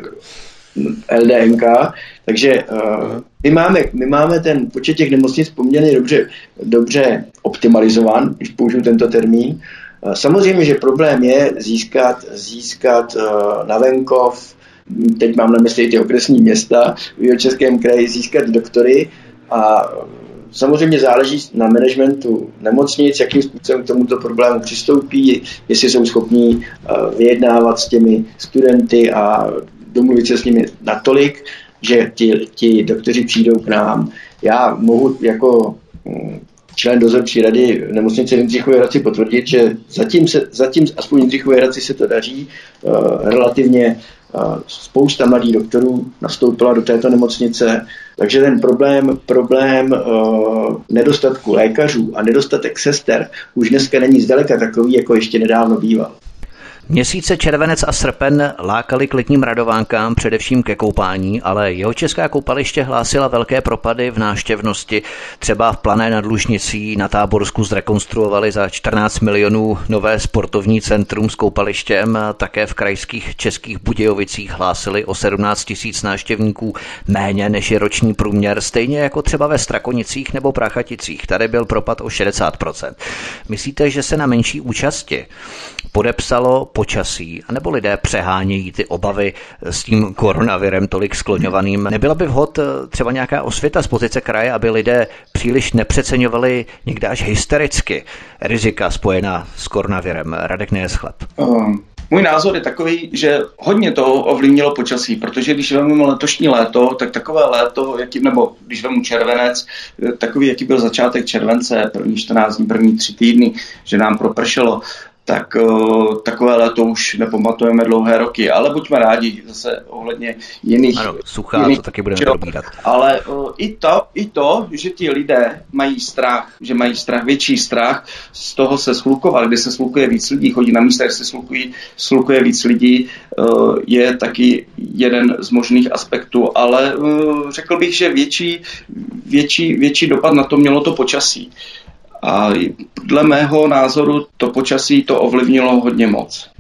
L D M K. Takže my máme, my máme ten počet těch nemocnic poměrně dobře, dobře optimalizován, když použiju tento termín. Samozřejmě, že problém je získat, získat na venkov, teď mám na mysli ty okresní města v Jihočeském kraji, získat doktory a samozřejmě záleží na managementu nemocnic, jakým způsobem k tomuto problému přistoupí, jestli jsou schopní vyjednávat s těmi studenty a domluvit se s nimi natolik, že ti, ti doktoři přijdou k nám. Já mohu jako člen dozorčí rady nemocnice v Jindřichově Hradci potvrdit, že zatím, se, zatím aspoň v Jindřichově Hradci se to daří. Uh, relativně uh, spousta mladých doktorů nastoupila do této nemocnice, takže ten problém, problém uh, nedostatku lékařů a nedostatek sester už dneska není zdaleka takový, jako ještě nedávno býval. Měsíce červenec a srpen lákali k letním radovánkám, především ke koupání, ale Jihočeská koupaliště hlásila velké propady v návštěvnosti. Třeba v Plané nad Lužnicí na Táborsku zrekonstruovali za čtrnáct milionů nové sportovní centrum s koupalištěm, také v krajských Českých Budějovicích hlásili o sedmnáct tisíc návštěvníků méně než je roční průměr, stejně jako třeba ve Strakonicích nebo Prachaticích. Tady byl propad o šedesát procent. Myslíte, že se na menší účasti podepsalo počasí, anebo lidé přehánějí ty obavy s tím koronavirem tolik skloňovaným? Nebyla by vhod třeba nějaká osvěta z pozice kraje, aby lidé příliš nepřeceňovali někde až hystericky rizika spojená s koronavirem? Radek Nejeschlep. Um. Můj názor je takový, že hodně toho ovlivnilo počasí, protože když vezmeme letošní léto, tak takové léto, jaký, nebo když vezmu červenec, takový, jaký byl začátek července, první čtrnáct dní, první tři týdny, že nám propršelo, tak uh, takové léto už nepamatujeme dlouhé roky, ale buďme rádi zase ohledně jiných... Ano, suchá, jiných, to taky budeme probírat. Ale uh, i, to, i to, že ti lidé mají strach, že mají strach, větší strach, z toho se slukovat, kde se slukuje víc lidí, chodí na místa, kde se slukují, slukuje víc lidí, uh, je taky jeden z možných aspektů, ale uh, řekl bych, že větší, větší, větší dopad na to mělo to počasí. A dle mého názoru to počasí to ovlivnilo hodně moc.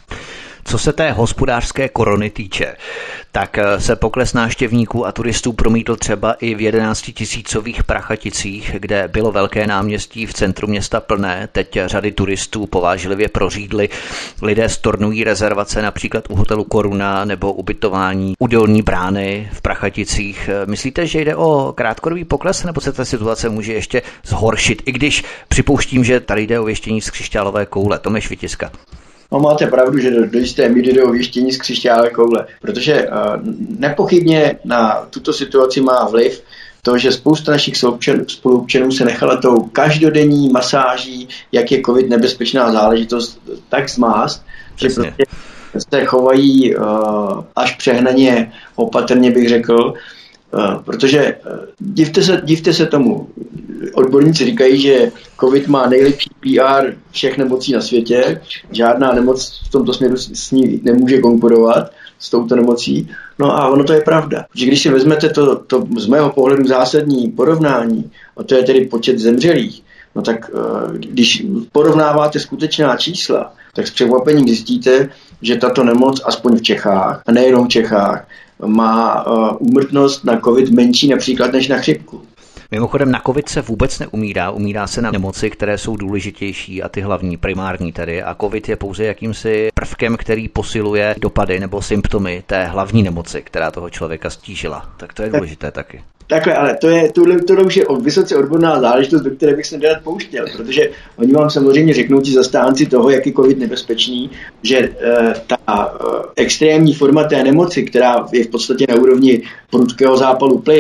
Co se té hospodářské korony týče, tak se pokles návštěvníků a turistů promítl třeba i v jedenáctitisícových Prachaticích, kde bylo velké náměstí v centru města plné. Teď řady turistů povážlivě prořídly. Lidé stornují rezervace například u hotelu Koruna nebo ubytování u Dolní brány v Prachaticích. Myslíte, že jde o krátkodobý pokles, nebo se ta situace může ještě zhoršit, i když připouštím, že tady jde o věštění z křišťálové koule? Tomáš Vytiska. No, máte pravdu, že do, do jisté míry jde o věštění z křišťálové koule, protože uh, nepochybně na tuto situaci má vliv to, že spousta našich spoluobčanů se nechala tou každodenní masáží, jak je covid nebezpečná záležitost, tak zmást, že prostě se chovají uh, až přehnaně opatrně, bych řekl, uh, protože uh, divte se, divte se tomu. Odborníci říkají, že covid má nejlepší P R všech nemocí na světě. Žádná nemoc v tomto směru s ní nemůže konkurovat s touto nemocí. No a ono to je pravda. Že když si vezmete to, to z mého pohledu zásadní porovnání, a to je tedy počet zemřelých, no tak když porovnáváte skutečná čísla, tak s překvapením zjistíte, že tato nemoc, aspoň v Čechách, a nejenom v Čechách, má úmrtnost na covid menší například než na chřipku. Mimochodem na covid se vůbec neumírá, umírá se na nemoci, které jsou důležitější a ty hlavní, primární tedy. A covid je pouze jakýmsi prvkem, který posiluje dopady nebo symptomy té hlavní nemoci, která toho člověka stížila. Tak to je důležité tak, taky. Takhle, ale to je, tohle, tohle už je vysoce odborná záležitost, do které bych se nerad pouštěl, protože oni vám samozřejmě řeknou ti zastánci toho, jak je covid nebezpečný, že e, ta e, extrémní forma té nemoci, která je v podstatě na úrovni prudkého zápalu plic,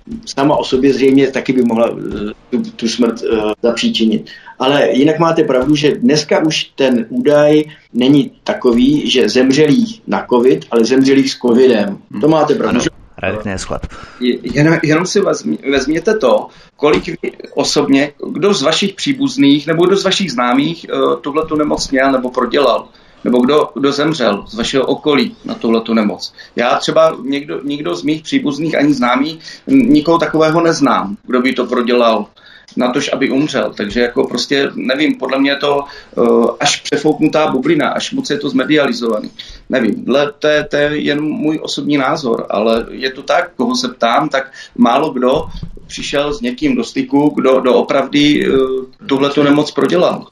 sama o sobě zřejmě taky by mohla tu, tu smrt uh, zapříčinit. Ale jinak máte pravdu, že dneska už ten údaj není takový, že zemřelých na covid, ale zemřelých s covidem. To máte pravdu. Radek Nesklep. Jen, jenom si vezmě, vezměte to, kolik vy osobně, kdo z vašich příbuzných nebo kdo z vašich známých uh, tuhletu nemoc měl nebo prodělal. Nebo kdo, kdo zemřel z vašeho okolí na tuhletu nemoc. Já třeba někdo, někdo z mých příbuzných ani známých nikoho takového neznám, kdo by to prodělal natož, aby umřel. Takže jako prostě nevím, podle mě je to uh, až přefouknutá bublina, až moc je to zmedializovaný. Nevím, to je, to je jen můj osobní názor, ale je to tak, koho se ptám, tak málo kdo přišel s někým do styku, kdo, kdo opravdu uh, tuhletu nemoc prodělal.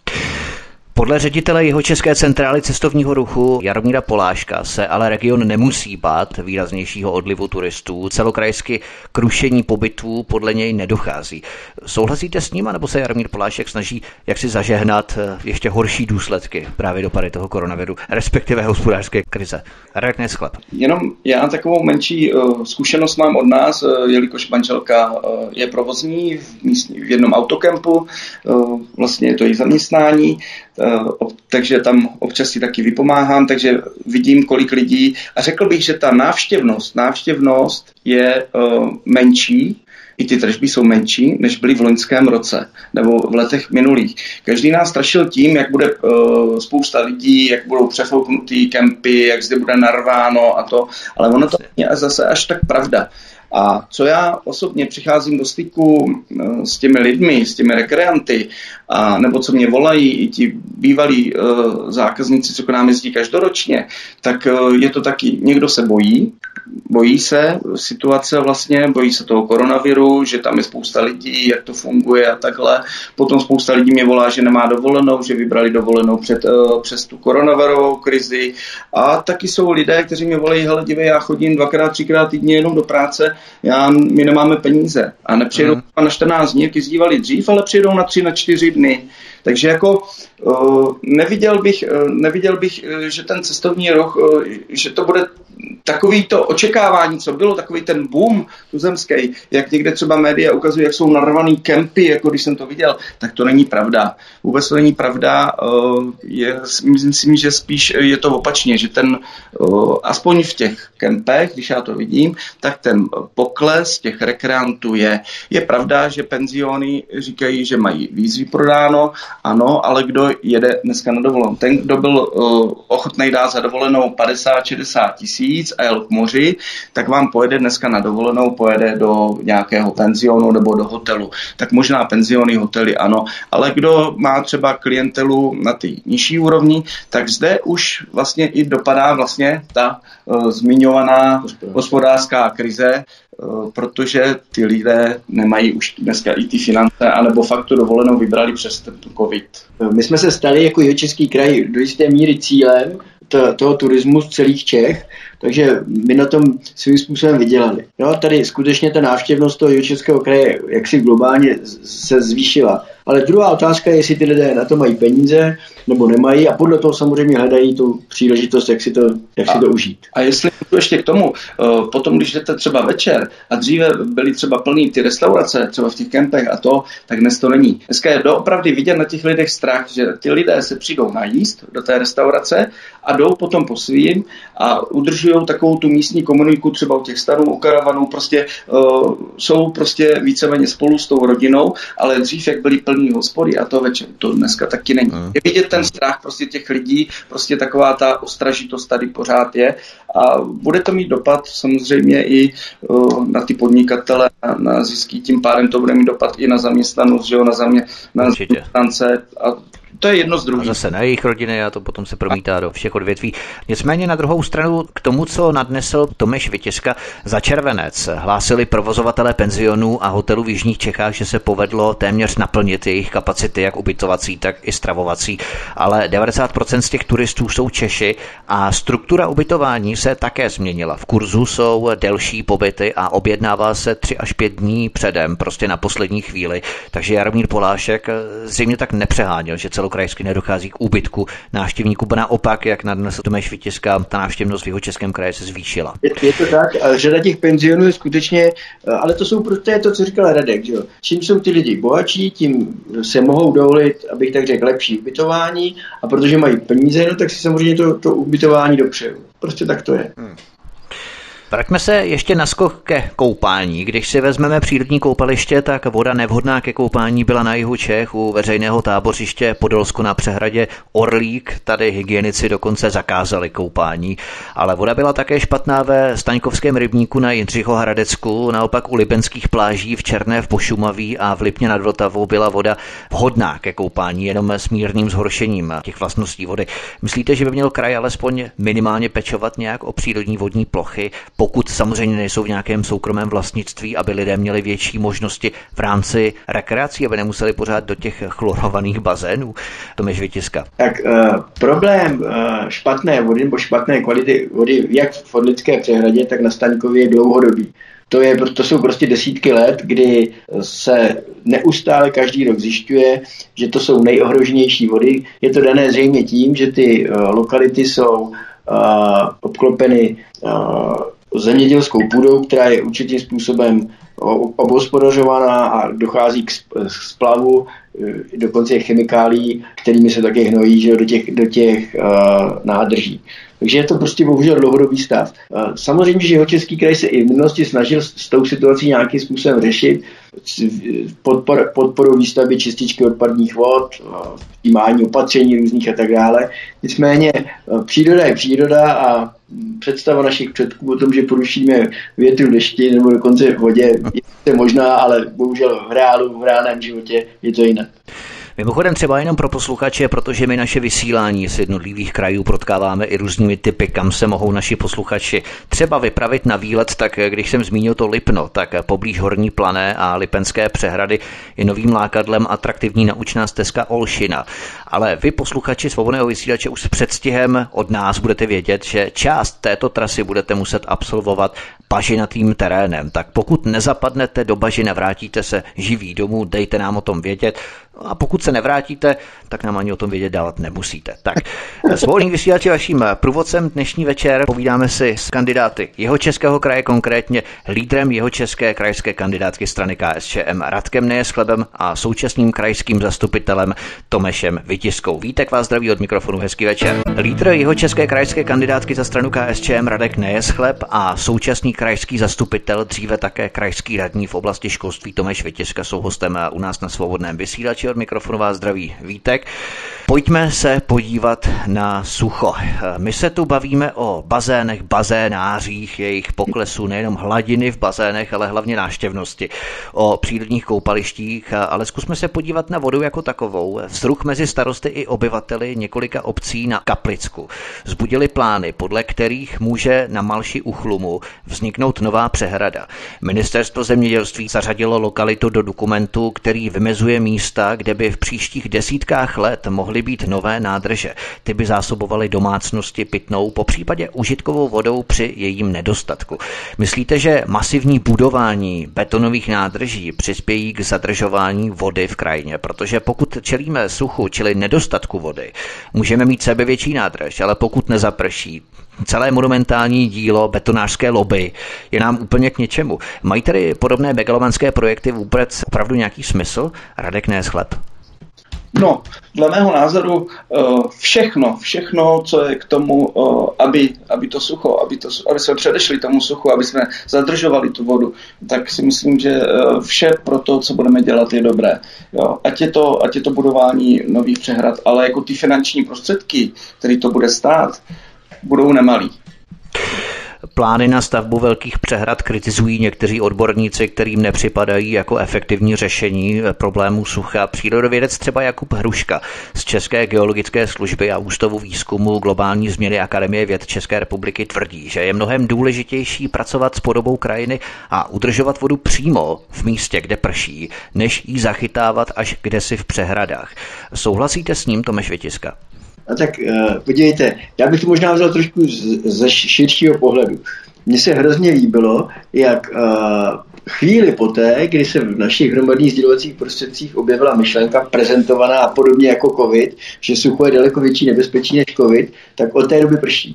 Podle ředitele Jihočeské centrály cestovního ruchu Jaromíra Poláška se ale region nemusí bát výraznějšího odlivu turistů. Celokrajsky k rušení pobytů podle něj nedochází. Souhlasíte s ním, nebo se Jaromír Polášek snaží jaksi zažehnat ještě horší důsledky právě dopady toho koronaviru, respektive hospodářské krize? Radek Nesklep. Jenom já takovou menší uh, zkušenost mám od nás, uh, jelikož manželka uh, je provozní v, místní, v jednom autokempu, uh, vlastně je to její zaměstnání, Uh, takže tam občas si taky vypomáhám, takže vidím, kolik lidí. A řekl bych, že ta návštěvnost, návštěvnost je uh, menší, i ty tržby jsou menší, než byly v loňském roce nebo v letech minulých. Každý nás strašil tím, jak bude uh, spousta lidí, jak budou přefouknutý kempy, jak zde bude narváno a to, ale ono to je zase až tak pravda. A co já osobně přicházím do styku s těmi lidmi, s těmi rekreanty, a nebo co mě volají i ti bývalí uh, zákazníci, co k nám jezdí každoročně, tak uh, je to taky, někdo se bojí, bojí se situace vlastně, bojí se toho koronaviru, že tam je spousta lidí, jak to funguje a takhle. Potom spousta lidí mě volá, že nemá dovolenou, že vybrali dovolenou před, uh, přes tu koronavirovou krizi. A taky jsou lidé, kteří mě volají, hele, dívej, já chodím dvakrát, třikrát týdně jenom do práce, já, my nemáme peníze a nepřijedou mm. na čtrnáct dní, jak jezdívali dřív, ale přijedou na tři, na čtyři dny. Takže jako uh, neviděl bych, uh, neviděl bych, uh, že ten cestovní ruch, uh, že to bude takový to očekávání, co bylo, takový ten boom tuzemský, jak někde třeba média ukazují, jak jsou narvaný kempy, jako když jsem to viděl, tak to není pravda. Vůbec to není pravda. Je, myslím, že spíš je to opačně, že ten, aspoň v těch kempech, když já to vidím, tak ten pokles těch rekreantů je. Je pravda, že penziony říkají, že mají víc vyprodáno, ano, ale kdo jede dneska na dovolenou? Ten, kdo byl ochotný dát za dovolenou padesát šedesát tisíc a jel k moři, tak vám pojede dneska na dovolenou, pojede do nějakého penzionu nebo do hotelu. Tak možná penziony, hotely, ano, ale kdo má třeba klientelu na ty nižší úrovni, tak zde už vlastně i dopadá vlastně ta uh, zmiňovaná hospodářská krize, uh, protože ty lidé nemají už dneska i ty finance, anebo fakt tu dovolenou vybrali přes ten covid. My jsme se stali jako Jihočeský kraj do jisté míry cílem toho turismu z celých Čech, takže my na tom svým způsobem vydělali. No, tady skutečně ta návštěvnost toho Jihočeského kraje jaksi globálně se zvýšila. Ale druhá otázka je, jestli ty lidé na to mají peníze nebo nemají a podle toho samozřejmě hledají tu příležitost, jak si to, jak si to užít. A jestli ještě k tomu, potom když jdete třeba večer a dříve byly třeba plný ty restaurace, třeba v těch kempech a to, tak dnes to není. Dneska je doopravdy vidět na těch lidech strach, že ty lidé se přijdou najíst do té restaurace a jdou potom po svým a udržují takovou tu místní komuniku třeba u těch stanů, u karavanů, prostě uh, jsou prostě víceméně spolu s tou rodinou, ale dřív, jak byly plný hospody a to večer, to dneska taky není. Je vidět ten strach prostě těch lidí, prostě taková ta ostražitost tady pořád je a bude to mít dopad samozřejmě i uh, na ty podnikatele, na, na zisky, tím pádem to bude mít dopad i na zaměstnanost, že jo, na, zamě, na zaměstnance a to je jedno z druhých. A zase na jejich rodiny a to potom se promítá do všech odvětví. Nicméně na druhou stranu k tomu, co nadnesl Tomeš Vytěžka za červenec, hlásili provozovatelé penzionů a hotelů v jižních Čechách, že se povedlo téměř naplnit jejich kapacity, jak ubytovací, tak i stravovací. Ale devadesát procent z těch turistů jsou Češi a struktura ubytování se také změnila. V kurzu jsou delší pobyty a objednává se tři až pět dní předem, prostě na poslední chvíli. Takže Jaromír Polášek zřejmě tak nepřeháněl, že celou celokrajsky nedochází k úbytku návštěvníků, ba naopak, jak nadnesl Tomáš Vytiska, ta návštěvnost v Jihočeském kraji se zvýšila. Je, je to tak, a řada těch penzionů je skutečně, ale to jsou prostě to, co říkal Radek, že jo. Čím jsou ty lidi bohatší, tím se mohou dovolit, abych tak řekl, lepší ubytování, a protože mají peníze, no tak si samozřejmě to, to ubytování dopřeju. Prostě tak to je. Hmm. Vraťme se ještě na skok ke koupání. Když si vezmeme přírodní koupaliště, tak voda nevhodná ke koupání byla na jihu Čech u veřejného tábořiště Podolsko na přehradě Orlík. Tady hygienici dokonce zakázali koupání. Ale voda byla také špatná ve Staňkovském rybníku na Jindřichohradecku, naopak u libenských pláží v Černé v Pošumaví a v Lipně nad Vltavou byla voda vhodná ke koupání, jenom s mírným zhoršením těch vlastností vody. Myslíte, že by měl kraj alespoň minimálně pečovat nějak o přírodní vodní plochy, pokud samozřejmě nejsou v nějakém soukromém vlastnictví, aby lidé měli větší možnosti v rámci rekreací, aby nemuseli pořád do těch chlorovaných bazénů? Tomáš Vytiska. Tak uh, problém uh, špatné vody nebo špatné kvality vody jak v Orlické přehradě, tak na Staňkově je dlouhodobý. To, je, to jsou prostě desítky let, kdy se neustále každý rok zjišťuje, že to jsou nejohroženější vody. Je to dané zřejmě tím, že ty uh, lokality jsou uh, obklopeny uh, zemědělskou půdou, která je určitým způsobem obhospodařovaná a dochází k splavu dokonce chemikálií, kterými se také hnojí, že do těch, do těch uh, nádrží. Takže je to prostě bohužel dlouhodobý stav. Uh, samozřejmě, že Jihočeský kraj se i v minulosti snažil s, s tou situací nějakým způsobem řešit, podpor, podporou výstavby čističky odpadních vod, uh, přijímání opatření různých a tak dále. Nicméně uh, příroda je příroda a představa našich předků o tom, že porušíme větru dešti nebo dokonce v vodě, je možná, ale bohužel v reálu, v reálném životě je to jinak. Mimochodem třeba jenom pro posluchače, protože my naše vysílání z jednotlivých krajů protkáváme i různými typy, kam se mohou naši posluchači třeba vypravit na výlet, tak když jsem zmínil to Lipno, tak poblíž Horní Plané a Lipenské přehrady je novým lákadlem atraktivní naučná stezka Olšina. Ale vy, posluchači Svobodného vysílače, už s předstihem od nás budete vědět, že část této trasy budete muset absolvovat bažinatým terénem. Tak pokud nezapadnete do bažin, vrátíte se živí domů, dejte nám o tom vědět. A pokud se nevrátíte, tak nám ani o tom vědět dávat nemusíte. Tak, Svobodný vysílač je vaším průvodcem dnešní večer. Povídáme si s kandidáty Jihočeského kraje, konkrétně lídrem Jihočeské krajské kandidátky strany K S Č M Radkem Nejeschlebem a současným krajským zastupitelem Tomášem Vytiskou. Vítek vás zdraví od mikrofonu, hezký večer. Lídr Jihočeské krajské kandidátky za stranu K S Č M Radek Nejeschleb a současný krajský zastupitel, dříve také krajský radní v oblasti školství Tomáš Vytiska jsou hostem u nás na Svobodném vysílači. Od mikrofonu vás zdraví Vítek. Pojďme se podívat na sucho. My se tu bavíme o bazénech, bazénářích, jejich poklesu nejenom hladiny v bazénech, ale hlavně návštěvnosti, o přírodních koupalištích, ale zkusme se podívat na vodu jako takovou. Vzruch mezi starosty i obyvateli několika obcí na Kaplicku vzbudili plány, podle kterých může na Malši u Chlumu vzniknout nová přehrada. Ministerstvo zemědělství zařadilo lokalitu do dokumentu, který vymezuje místa, kde by v příštích desítkách let mohly být nové nádrže. Ty by zásobovaly domácnosti pitnou, popřípadě užitkovou vodou při jejím nedostatku. Myslíte, že masivní budování betonových nádrží přispějí k zadržování vody v krajině? Protože pokud čelíme suchu, čili nedostatku vody, můžeme mít sebevětší nádrž, ale pokud nezaprší, celé monumentální dílo betonářské lobby je nám úplně k ničemu. Mají tedy podobné megalomanské projekty vůbec opravdu nějaký smysl? Radek Nejeschleb. No, dle mého názoru všechno, všechno, co je k tomu, aby, aby to sucho, aby, to, aby jsme předešli tomu suchu, aby jsme zadržovali tu vodu, tak si myslím, že vše pro to, co budeme dělat, je dobré. Jo, ať je to, ať je to budování nových přehrad, ale jako ty finanční prostředky, které to bude stát, budou nemalý. Plány na stavbu velkých přehrad kritizují někteří odborníci, kterým nepřipadají jako efektivní řešení problémů sucha. Přírodovědec třeba Jakub Hruška z České geologické služby a Ústavu výzkumu globální změny Akademie věd České republiky tvrdí, že je mnohem důležitější pracovat s podobou krajiny a udržovat vodu přímo v místě, kde prší, než ji zachytávat až kdesi v přehradách. Souhlasíte s ním, Tomáš Vytiska? A tak uh, podívejte, já bych to možná vzal trošku z, ze širšího pohledu. Mně se hrozně líbilo, jak uh, chvíli poté, kdy se v našich hromadných sdělovacích prostředcích objevila myšlenka prezentovaná podobně jako covid, že sucho je daleko větší nebezpečí než covid, tak od té doby prší.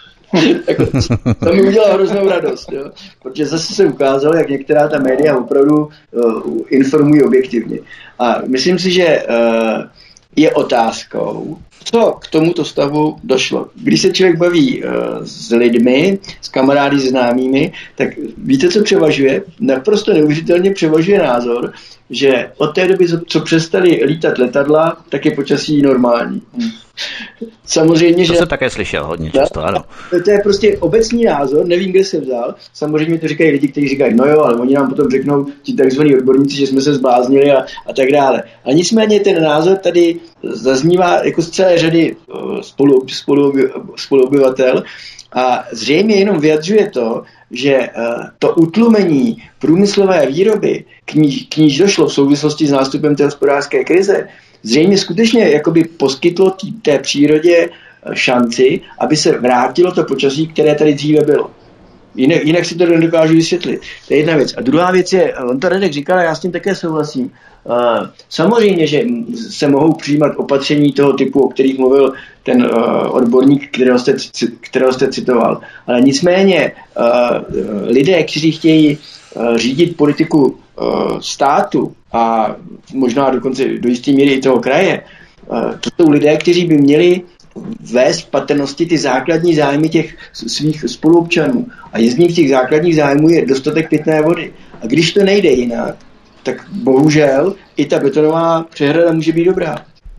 To mi udělalo hroznou radost, jo? Protože zase se ukázalo, jak některá ta média opravdu uh, informují objektivně. A myslím si, že uh, je otázkou, co k tomuto stavu došlo. Když se člověk baví uh, s lidmi, s kamarády, s známými, tak víte, co převažuje? Naprosto neuvěřitelně převažuje názor, že od té doby, co přestali lítat letadla, tak je počasí normální. Hmm. Samozřejmě, to že... jsem také slyšel hodně často, ano. To je prostě obecný názor, nevím, kde se vzal. Samozřejmě to říkají lidi, kteří říkají, no jo, ale oni nám potom řeknou, ti takzvaní odborníci, že jsme se zbláznili a, a tak dále. A nicméně ten názor tady zaznívá jako z celé řady spolu, spolu, spoluobyvatel a zřejmě jenom vyjadřuje to, že to utlumení průmyslové výroby, k níž, k níž došlo v souvislosti s nástupem té hospodářské krize, zřejmě skutečně jakoby poskytlo tý, té přírodě šanci, aby se vrátilo to počasí, které tady dříve bylo. Jinak, jinak si to nedokážu vysvětlit. To je jedna věc. A druhá věc je, on to Radek říkal, a já s tím také souhlasím. Uh, samozřejmě, že se mohou přijímat opatření toho typu, o kterých mluvil ten uh, odborník, kterého jste, kterého jste citoval. Ale nicméně uh, lidé, kteří chtějí uh, řídit politiku uh, státu a možná dokonce do jisté míry i toho kraje, uh, to jsou lidé, kteří by měli vést v patrnosti ty základní zájmy těch svých spoluobčanů. A jedním z těch základních zájmů je dostatek pitné vody. A když to nejde jinak, tak bohužel i ta betonová přehrada může být dobrá.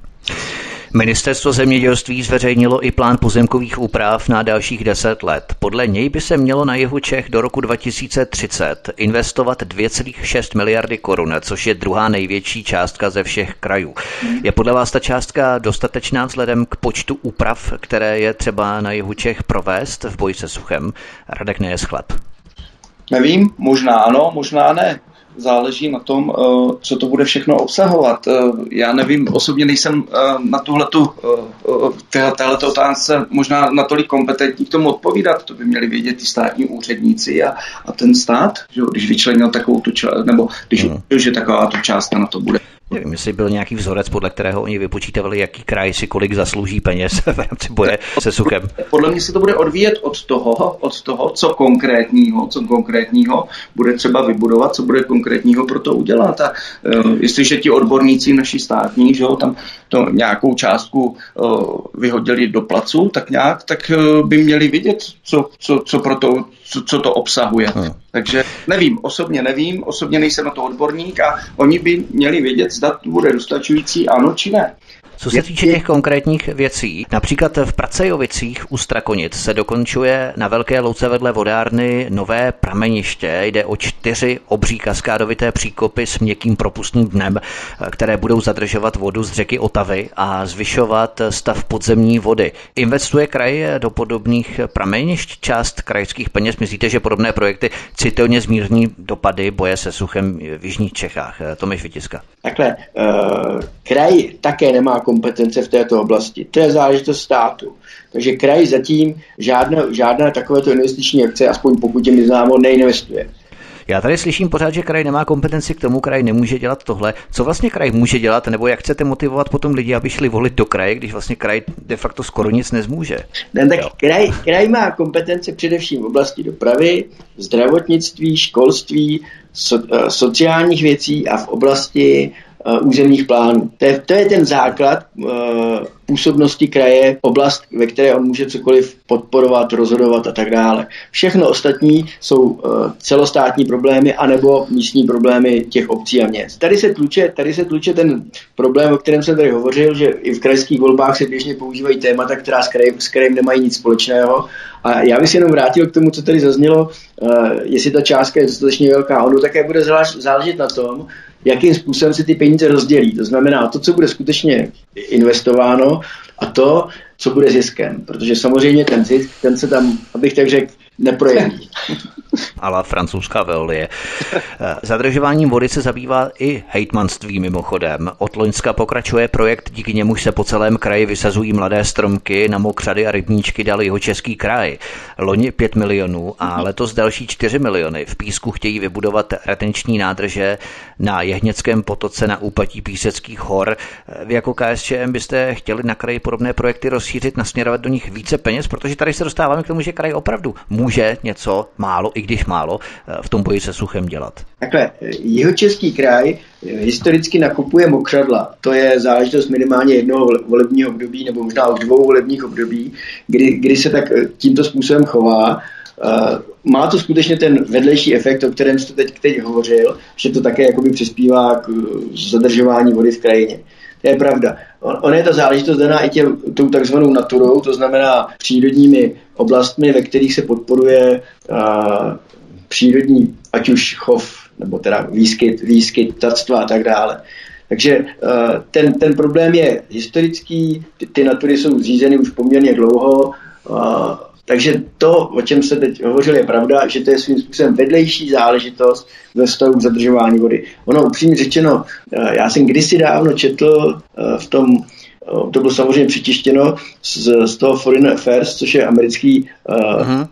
Ministerstvo zemědělství zveřejnilo i plán pozemkových úprav na dalších deset let. Podle něj by se mělo na jihu Čech do roku dva tisíce třicet investovat dvě celé šest miliardy korun, což je druhá největší částka ze všech krajů. Je podle vás ta částka dostatečná vzhledem k počtu úprav, které je třeba na jihu Čech provést v boji se suchem? Radek Nejeschlep. Nevím, možná ano, možná ne. Záleží na tom, co to bude všechno obsahovat. Já nevím, osobně nejsem na tuhletu, téhleto otázce možná natolik kompetentní k tomu odpovídat. To by měli vědět i státní úředníci a, a ten stát, že když vyčlenil takovou tu část, nebo když hmm. že taková tu částka na to bude. Nevím, jestli byl nějaký vzorec, podle kterého oni vypočítavali, jaký kraj si kolik zaslouží peněz v rámci boje se suchem. Podle mě se to bude odvíjet od toho, od toho, co konkrétního, co konkrétního bude třeba vybudovat, co bude konkrétního pro to udělat. A uh, jestliže ti odborníci naši státní, že jo, tam to nějakou částku uh, vyhodili do placu, tak nějak, tak uh, by měli vidět, co, co, co pro to, co, co to obsahuje. Hmm. Takže nevím, osobně nevím, osobně nejsem na to odborník a oni by měli vědět, zda to bude dostačující, ano či ne. Co se týče těch konkrétních věcí, například v Pracejovicích u Strakonic se dokončuje na Velké louce vedle vodárny nové prameniště. Jde o čtyři obří kaskádovité příkopy s měkkým propustným dnem, které budou zadržovat vodu z řeky Otavy a zvyšovat stav podzemní vody. Investuje kraj do podobných pramenišť část krajských peněz? Myslíte, že podobné projekty citelně zmírní dopady boje se suchem v jižních Čechách? Tomáš Vytiska. Takhle, uh, kraj také nemá kompetence v této oblasti. To je záležitost státu. Takže kraj zatím žádná, žádná takovéto investiční akce, aspoň pokud je mi známo, neinvestuje. Já tady slyším pořád, že kraj nemá kompetenci k tomu, kraj nemůže dělat tohle. Co vlastně kraj může dělat, nebo jak chcete motivovat potom lidi, aby šli volit do kraje, když vlastně kraj de facto skoro nic nezmůže? Ne, tak kraj, kraj má kompetence především v oblasti dopravy, zdravotnictví, školství, so, sociálních věcí a v oblasti uh, územních plánů. To je, to je ten základ uh, působnosti kraje, oblast, ve které on může cokoliv podporovat, rozhodovat a tak dále. Všechno ostatní jsou uh, celostátní problémy anebo místní problémy těch obcí a měst. Tady se tluče, tady se tluče ten problém, o kterém jsem tady hovořil, že i v krajských volbách se běžně používají témata, která s krajem, s krajem nemají nic společného. A já bych se jenom vrátil k tomu, co tady zaznělo, uh, jestli ta částka je dostatečně velká. Ono také bude záležet na tom, jakým způsobem se ty peníze rozdělí. To znamená to, co bude skutečně investováno a to, co bude ziskem. Protože samozřejmě ten zisk, ten se tam, abych tak řekl, neprojeví. Ale francouzská Veolie. Zadržováním vody se zabývá i hejtmanství mimochodem. Od loňska pokračuje projekt, díky němuž se po celém kraji vysazují mladé stromky, na mokřady a rybníčky dal Jihočeský kraj. Loni pět milionů a letos další čtyři miliony. V Písku chtějí vybudovat retenční nádrže na Jehněckém potoce na úpatí Píseckých hor. Vy jako K S Č M byste chtěli na kraji podobné projekty rozšířit, nasměrovat do nich více peněz, protože tady se dostáváme k tomu, že kraj opravdu může něco málo, i když málo, v tom boji se suchem dělat. Takhle, Jihočeský kraj historicky nakupuje mokřadla. To je záležitost minimálně jednoho volebního období, nebo možná už dvou volebních období, kdy, kdy se tak tímto způsobem chová. Má to skutečně ten vedlejší efekt, o kterém jste teď, teď hovořil, že to také jakoby přispívá k zadržování vody v krajině. To je pravda. On, on je ta záležitost daná i tě, tou takzvanou naturou, to znamená přírodními oblastmi, ve kterých se podporuje a, přírodní, ať už chov, nebo teda výskyt, výskyt ptactva a tak dále. Takže a, ten, ten problém je historický, ty, ty natury jsou zřízeny už poměrně dlouho, a, takže to, o čem se teď hovořil, je pravda, že to je svým způsobem vedlejší záležitost ve vztahu k zadržování vody. Ono upřímně řečeno, já jsem kdysi dávno četl v tom, to bylo samozřejmě přitištěno z, z toho Foreign Affairs, což je americký, uh-huh.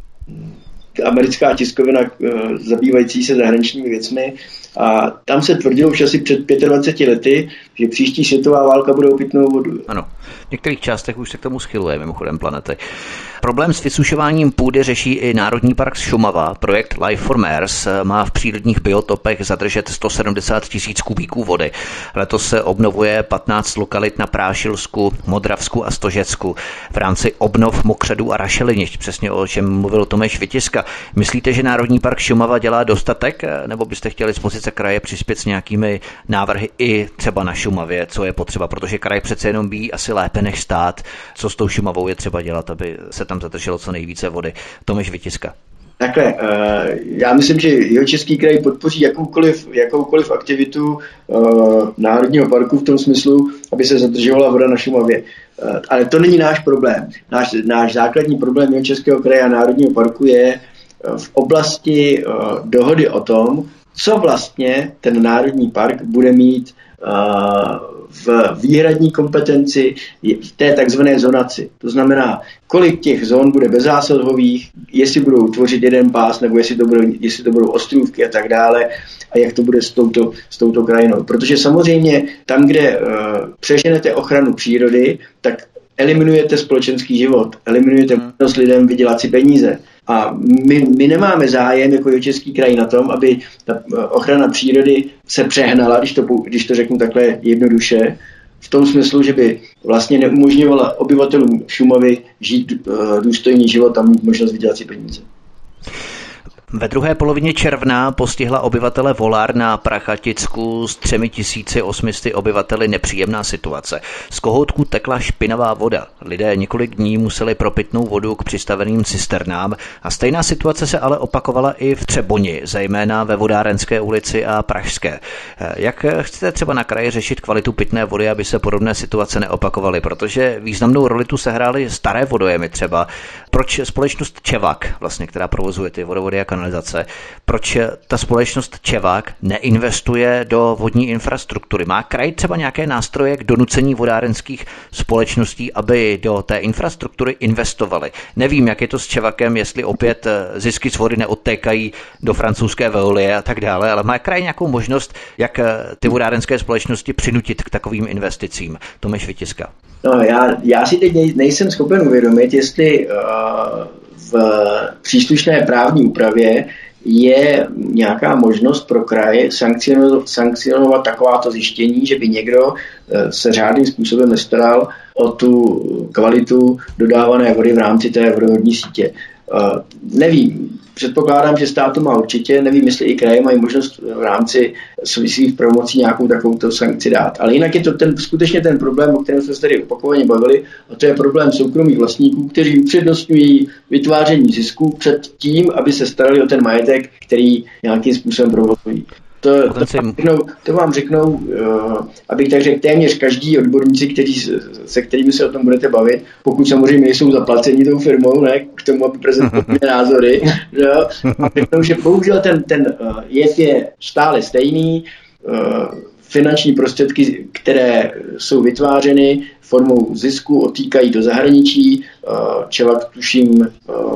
americká tiskovina zabývající se zahraničními věcmi. A tam se tvrdilo už asi před dvaceti pěti lety, že příští světová válka bude o pitnou vodu. Ano, v některých částech už se k tomu schyluje mimochodem planety. Problém s vysušováním půdy řeší i Národní park Šumava. Projekt Life for Mers má v přírodních biotopech zadržet sto sedmdesát tisíc kubíků vody. Letos se obnovuje patnáct lokalit na Prášilsku, Modravsku a Stožecku v rámci obnov mokřadů a rašelinišť, přesně o čem mluvil Tomáš Vytiska. Myslíte, že Národní park Šumava dělá dostatek, nebo byste chtěli z pozice kraje přispět s nějakými návrhy i třeba na Šumavě, co je potřeba, protože kraj přece jenom ví asi lépe než stát, co s tou Šumavou je třeba dělat, aby se tam zadrželo co nejvíce vody. Tomáš Vytiska. Takhle, já myslím, že Jihočeský kraj podpoří jakoukoliv, jakoukoliv aktivitu Národního parku v tom smyslu, aby se zadržovala voda na Šumavě. Ale to není náš problém. Náš, náš základní problém Jihočeského kraje a Národního parku je v oblasti dohody o tom, co vlastně ten Národní park bude mít v výhradní kompetenci v té takzvané zonaci. To znamená, kolik těch zón bude bezzásahových, jestli budou tvořit jeden pás, nebo jestli to budou, jestli to budou ostrůvky a tak dále, a jak to bude s touto, s touto krajinou. Protože samozřejmě tam, kde uh, přeženete ochranu přírody, tak eliminujete společenský život, eliminujete možnost lidem vydělat si peníze. A my, my nemáme zájem jako Jihočeský kraj na tom, aby ta ochrana přírody se přehnala, když to, když to řeknu takhle jednoduše, v tom smyslu, že by vlastně neumožňovala obyvatelům Šumavy žít uh, důstojný život a mít možnost vydělat si peníze. Ve druhé polovině června postihla obyvatele Volár na Prachaticku s třemi tisíci osmisty obyvateli nepříjemná situace. Z kohoutků tekla špinavá voda. Lidé několik dní museli pro pitnou vodu k přistaveným cisternám a stejná situace se ale opakovala i v Třeboni, zejména ve Vodárenské ulici a Pražské. Jak chcete třeba na kraji řešit kvalitu pitné vody, aby se podobné situace neopakovaly? Protože významnou roli tu sehrály staré vodojemy třeba. Proč společnost Čevak, vlastně, která provozuje ty vodovody a kanalizace, proč ta společnost Čevak neinvestuje do vodní infrastruktury? Má kraj třeba nějaké nástroje k donucení vodárenských společností, aby do té infrastruktury investovali? Nevím, jak je to s Čevakem, jestli opět zisky z vody neodtékají do francouzské Veolie a tak dále, ale má kraj nějakou možnost, jak ty vodárenské společnosti přinutit k takovým investicím? Tomáš Vytiska. No, já, já si teď nejsem schopen uvědomit, jestli uh, v příslušné právní úpravě je nějaká možnost pro kraj sankcionovat, sankcionovat takováto zjištění, že by někdo uh, se řádným způsobem nestaral o tu kvalitu dodávané vody v rámci té vodovodní sítě. Uh, nevím. Předpokládám, že stát to má určitě, nevím, jestli i kraje mají možnost v rámci svých promocí nějakou takovou sankci dát. Ale jinak je to ten, skutečně ten problém, o kterém jsme se tady opakovaně bavili, a to je problém soukromých vlastníků, kteří upřednostňují vytváření zisků před tím, aby se starali o ten majetek, který nějakým způsobem provozují. To, to, vám řeknou, to vám řeknou, uh, abych tak řekl, téměř každý odborníci, kteří, se kterými se o tom budete bavit, pokud samozřejmě nejsou zaplaceni tou firmou, ne, k tomu, aby prezentovali názory, že? A řeknou, že bohužel ten, ten uh, jev je stále stejný, uh, finanční prostředky, které jsou vytvářeny formou zisku, otýkají do zahraničí. Čelak, tuším,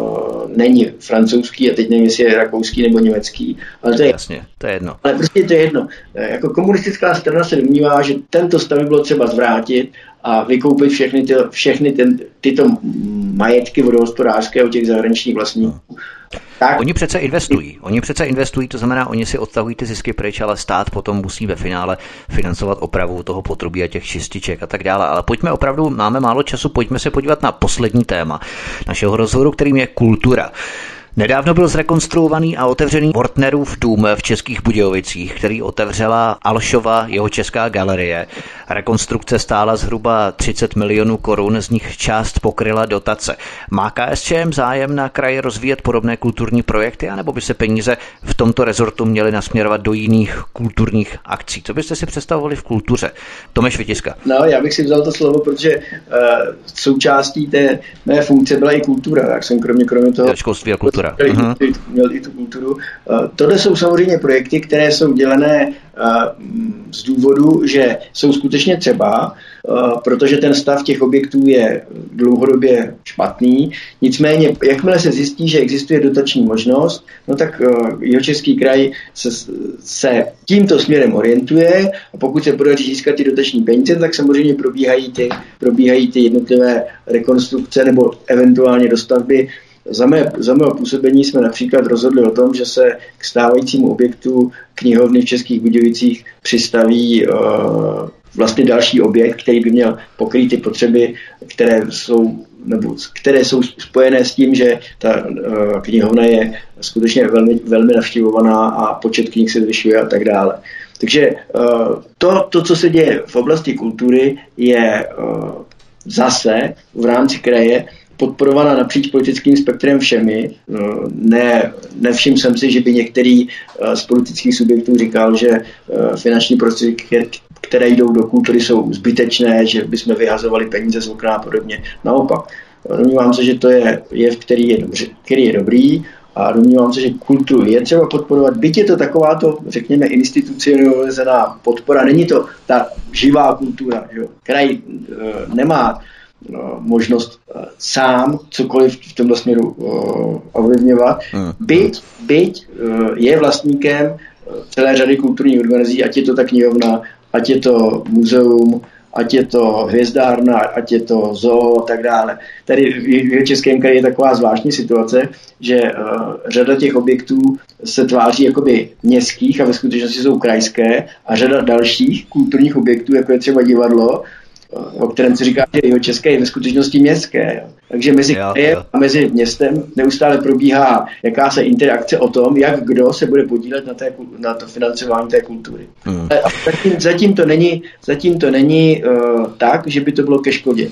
není francouzský a teď nevím, jestli je rakouský nebo německý. Ale to je, Jasně, to je jedno. Ale prostě to je jedno. Jako komunistická strana se domnívá, že tento stav by bylo třeba zvrátit a vykoupit všechny, ty, všechny ten, tyto majetky vodohospodářské od těch zahraničních vlastníků. Tak. Oni přece investují. Oni přece investují, to znamená, oni si odtahují ty zisky pryč, ale stát potom musí ve finále financovat opravu toho potrubí a těch čističek a tak dále. Ale pojďme opravdu, máme málo času, pojďme se podívat na poslední téma našeho rozhovoru, kterým je kultura. Nedávno byl zrekonstruovaný a otevřený Wortnerův dům v Českých Budějovicích, který otevřela Alšova jeho česká galerie. Rekonstrukce stála zhruba třicet milionů korun, z nich část pokryla dotace. Má K S Č M zájem na kraji rozvíjet podobné kulturní projekty, anebo by se peníze v tomto rezortu měly nasměrovat do jiných kulturních akcí? Co byste si představovali v kultuře? Tomeš Vytiska. No, já bych si vzal to slovo, protože uh, součástí té mé funkce byla i kultura. Tak jsem kromě, kromě toho... Školství a kultura. Měl, uh-huh. i, měl i tu kulturu. Uh, tohle jsou samozřejmě projekty, které jsou dělené uh, z důvodu, že jsou skutečně třeba, uh, protože ten stav těch objektů je dlouhodobě špatný. Nicméně, jakmile se zjistí, že existuje dotační možnost, no tak uh, Jihočeský kraj se, se tímto směrem orientuje a pokud se podaří získat ty dotační peníze, tak samozřejmě probíhají ty, probíhají ty jednotlivé rekonstrukce nebo eventuálně dostavby. Za, mé, za mého působení jsme například rozhodli o tom, že se k stávajícímu objektu knihovny v Českých Budějovicích přistaví uh, vlastně další objekt, který by měl pokrýt ty potřeby, které jsou, nebo, které jsou spojené s tím, že ta uh, knihovna je skutečně velmi, velmi navštěvovaná a počet knih se zvyšuje a tak dále. Takže uh, to, to, co se děje v oblasti kultury, je uh, zase v rámci kraje podporovaná napříč politickým spektrem všemi. Ne, nevšiml jsem si, že by některý z politických subjektů říkal, že finanční prostředky, které jdou do kultury, jsou zbytečné, že bychom vyhazovali peníze z okna a podobně. Naopak, domnívám se, že to je jev, který je, dobře, který je dobrý a domnívám se, že kulturu je třeba podporovat. Byť je to takováto, řekněme, institucionalizovaná podpora, není to ta živá kultura. Že? Kraj nemá možnost sám cokoliv v tomto směru ovlivňovat. Byť, byť je vlastníkem celé řady kulturních organizací, ať je to ta knihovna, ať je to muzeum, ať je to hvězdárna, ať je to zoo a tak dále. Tady v Českém kraji je taková zvláštní situace, že řada těch objektů se tváří jakoby městských a ve skutečnosti jsou krajské a řada dalších kulturních objektů, jako je třeba divadlo, o kterém se říká, že jeho české je ve skutečnosti městské. Jo. Takže mezi krajem a mezi městem neustále probíhá jakási interakce o tom, jak kdo se bude podílet na, té, na to financování té kultury. Hmm. A zatím, zatím to není, zatím to není uh, tak, že by to bylo ke škodě.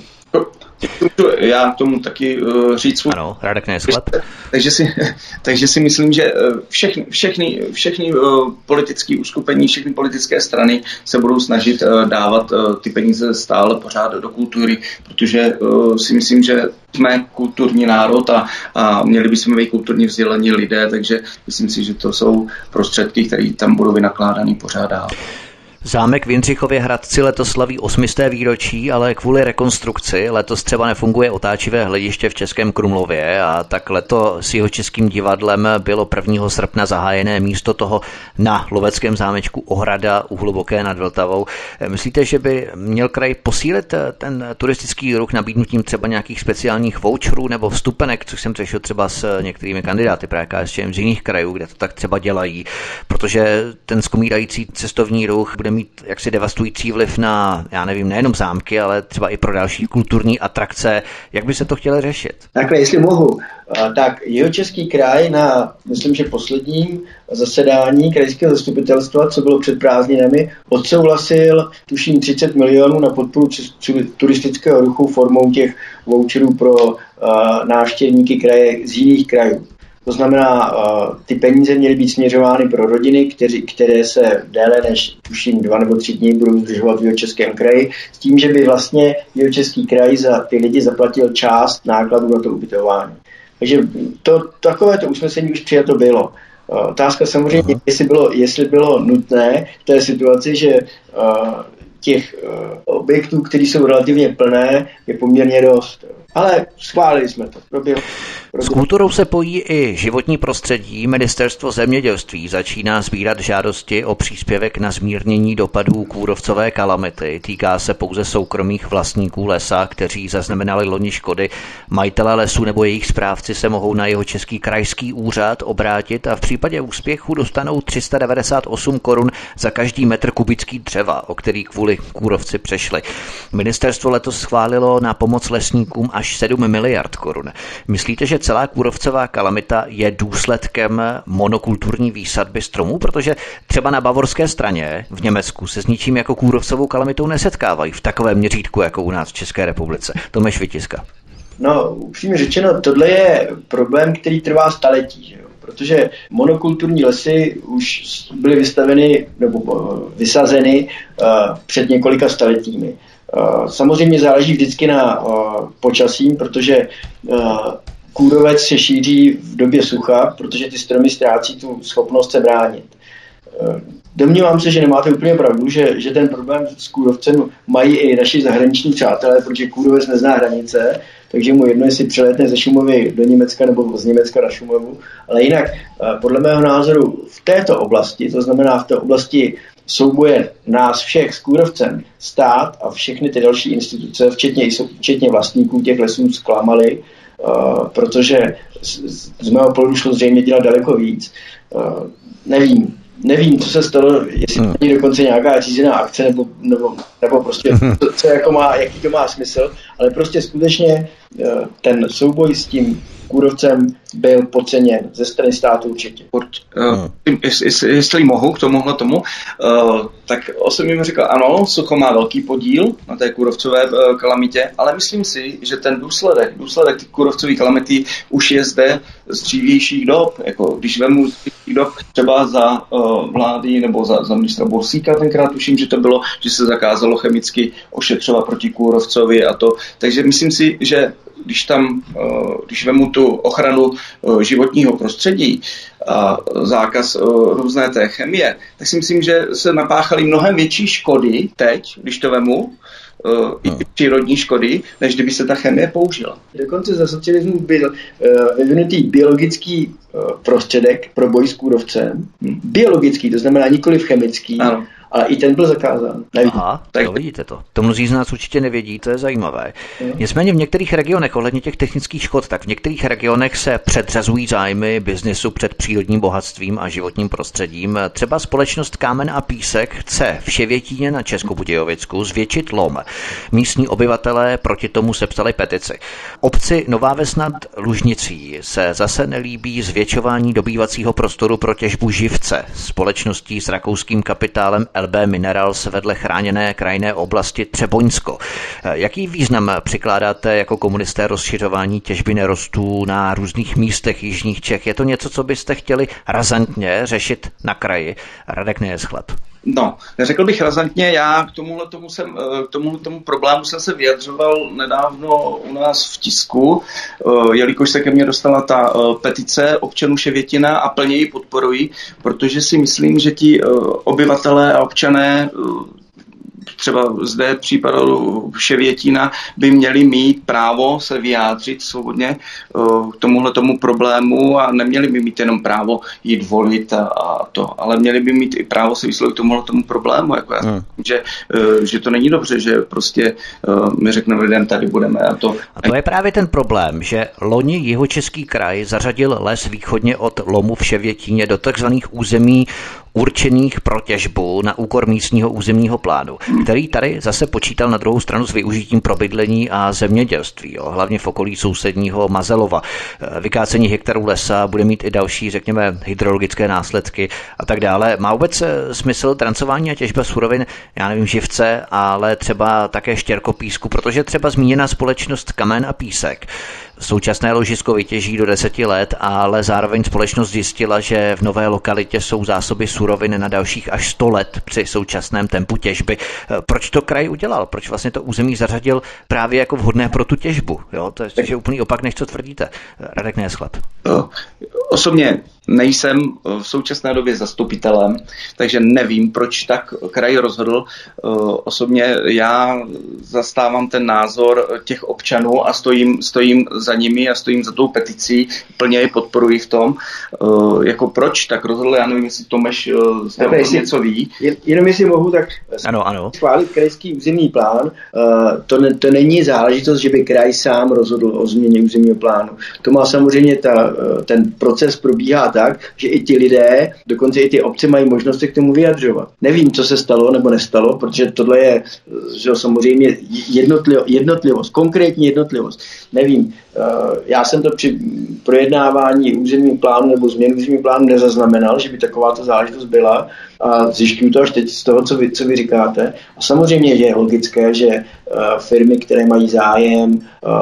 Já k tomu taky uh, říct svůj. Ano, Radek Nesklad. Takže si, takže si myslím, že všechny, všechny, všechny uh, politické uskupení, všechny politické strany se budou snažit uh, dávat uh, ty peníze stále pořád do kultury, protože uh, si myslím, že jsme kulturní národ a, a měli bychom být kulturně vzdělaní lidé, takže myslím si, že to jsou prostředky, které tam budou vynakládány pořád dál. Zámek v Jindřichově Hradci letos slaví osmisté výročí, ale kvůli rekonstrukci letos třeba nefunguje otáčivé hlediště v Českém Krumlově a tak leto s Jihočeským divadlem bylo prvního srpna zahájené místo toho na loveckém zámečku Ohrada u Hluboké nad Vltavou. Myslíte, že by měl kraj posílit ten turistický ruch nabídnutím třeba nějakých speciálních voucherů nebo vstupenek, což jsem řešil třeba s některými kandidáty právě K S Č M z jiných krajů, kde to tak třeba dělají, protože ten skomírající cestovní ruch bude mít jaksi devastující vliv na, já nevím, nejenom zámky, ale třeba i pro další kulturní atrakce. Jak by se to chtělo řešit? Takhle, jestli mohu, tak Jihočeský kraj na, myslím, že posledním zasedání krajského zastupitelstva, co bylo před prázdninami, odsouhlasil tuším třicet milionů na podporu turistického ruchu formou těch voucherů pro uh, návštěvníky kraje z jiných krajů. To znamená, ty peníze měly být směřovány pro rodiny, kteří, které se déle než tuším dva nebo tři dny budou zdržovat v Jihočeském kraji, s tím, že by vlastně Jihočeský kraj za ty lidi zaplatil část nákladů na to ubytování. Takže to, takovéto usnesení už přijato bylo. Otázka samozřejmě, uh-huh. jestli, bylo, jestli bylo nutné v té situaci, že uh, těch uh, objektů, které jsou relativně plné, je poměrně dost. Ale schválili jsme to. Probělo. S kulturou se pojí i životní prostředí. Ministerstvo zemědělství začíná sbírat žádosti o příspěvek na zmírnění dopadů kůrovcové kalamity. Týká se pouze soukromých vlastníků lesa, kteří zaznamenali loni škody. Majitelé lesů nebo jejich správci se mohou na Jihočeský krajský úřad obrátit a v případě úspěchu dostanou tři sta devadesát osm korun za každý metr kubický dřeva, o který kvůli kůrovci přešli. Ministerstvo letos schválilo na pomoc lesníkům až sedm miliard korun. Myslíte, že celá kůrovcová kalamita je důsledkem monokulturní výsadby stromů? Protože třeba na bavorské straně v Německu se s ničím jako kůrovcovou kalamitou nesetkávají v takovém měřítku jako u nás v České republice. Tomáš Vytiska. No, upřímně řečeno, tohle je problém, který trvá staletí, že jo? Protože monokulturní lesy už byly vystaveny nebo vysazeny uh, před několika staletími. Uh, samozřejmě záleží vždycky na uh, počasím, protože uh, kůrovec se šíří v době sucha, protože ty stromy ztrácí tu schopnost se bránit. Domnívám se, že nemáte úplně pravdu, že, že ten problém s kůrovcem mají i naši zahraniční přátelé, protože kůrovec nezná hranice, takže mu jedno, jestli přelétne ze Šumavy do Německa nebo z Německa na Šumavu. Ale jinak, podle mého názoru, v této oblasti, to znamená v té oblasti souboje nás všech s kůrovcem, stát a všechny ty další instituce, včetně, včetně vlastníků těch lesů, zklamaly, Uh, protože z, z mého pohledu šlo zřejmě dělat daleko víc. Uh, nevím, nevím, co se stalo, jestli to není dokonce nějaká řízená akce, nebo, nebo, nebo prostě co, co jako má, jaký to má smysl, ale prostě skutečně uh, ten souboj s tím kůrovcem byl podceněn ze strany státu určitě. Uh, jestli, jestli mohu k tomuhle tomu, uh, tak osobně mi říkal, ano, sucho má velký podíl na té kůrovcové uh, kalamitě, ale myslím si, že ten důsledek, důsledek kůrovcové kalamity už je zde z dřívějších dob. Jako, když vemu z dřívějších dob třeba za uh, vlády nebo za, za ministra Borsíka, tenkrát tuším, že to bylo, že se zakázalo chemicky ošetřovat proti kůrovcovi a to. Takže myslím si, že když tam, když vemu tu ochranu životního prostředí a zákaz různé té chemie, tak si myslím, že se napáchaly mnohem větší škody teď, když to vemu, i ty přírodní škody, než kdyby se ta chemie použila. Dokonce za socialismu byl vyvinutý biologický prostředek pro boj s kůrovcem. Biologický, to znamená nikoliv chemický. Ano. Ale i ten byl zakázán. Nevím. Aha, tak to vidíte to. To mnozí z nás určitě nevědí, to je zajímavé. Mm. Nicméně v některých regionech, ohledně těch technických škod, tak v některých regionech se předřazují zájmy biznesu před přírodním bohatstvím a životním prostředím. Třeba společnost Kámen a písek chce v Ševětíně na Českobudějovicku zvětšit lom. Místní obyvatelé proti tomu sepsali petici. Obci Nová Ves nad Lužnicí se zase nelíbí zvětšování dobývacího prostoru pro těžbu živce společností s rakouským kapitálem el bé Minerals vedle chráněné krajinné oblasti Třeboňsko. Jaký význam přikládáte jako komunisté rozšiřování těžby nerostů na různých místech jižních Čech? Je to něco, co byste chtěli razantně řešit na kraji? Radek Nejeschlep. No, neřekl bych razantně, já k tomuhle tomu, jsem, k tomuhle tomu problému jsem se vyjadřoval nedávno u nás v tisku, jelikož se ke mně dostala ta petice občanů Ševětina a plně ji podporuji, protože si myslím, že ti obyvatelé a občané třeba zde případu Ševětína by měli mít právo se vyjádřit svobodně k tomuhle tomu problému a neměli by mít jenom právo jít volit a, a to, ale měli by mít i právo se vyslovit k tomuhle tomu problému. Jako já, hmm. že, že to není dobře, že prostě my řekneme lidem, tady budeme a to. A to je právě ten problém, že loni Jihočeský kraj zařadil les východně od lomu v Ševětíně do takzvaných území určených pro těžbu na úkor místního územního plánu, který tady zase počítal na druhou stranu s využitím pro bydlení a zemědělství, jo, hlavně v okolí sousedního Mazelova. Vykácení hektarů lesa bude mít i další, řekněme, hydrologické následky a tak dále. Má vůbec smysl trancování a těžba surovin, já nevím, živce, ale třeba také štěrkopísku, protože třeba zmíněná společnost Kamen a písek současné ložisko vytěží do deseti let, ale zároveň společnost zjistila, že v nové lokalitě jsou zásoby surovin na dalších až sto let při současném tempu těžby. Proč to kraj udělal? Proč vlastně to území zařadil právě jako vhodné pro tu těžbu? Jo, to je, to je úplný opak, než co tvrdíte. Radek Neschlap. Osobně nejsem v současné době zastupitelem, takže nevím, proč tak kraj rozhodl. Osobně já zastávám ten názor těch občanů a stojím, stojím za nimi a stojím za tou peticí, plně je podporuji v tom. Jako proč tak rozhodl, já nevím, jestli Tomeš z toho něco ví. Jenom jestli mohu, tak ano, ano. schválit krajský územní plán, to, ne, to není záležitost, že by kraj sám rozhodl o změně územního plánu. To má samozřejmě ta, ten proces probíhá tak, že i ti lidé, dokonce i ty obce mají možnost se k tomu vyjadřovat. Nevím, co se stalo nebo nestalo, protože tohle je že samozřejmě jednotlivo, jednotlivost, konkrétní jednotlivost. Nevím, já jsem to při projednávání územního plánu nebo změny územního plánu nezaznamenal, že by takováto záležitost byla a zjišťuju to až teď z toho, co vy, co vy říkáte. A samozřejmě je logické, že firmy, které mají zájem,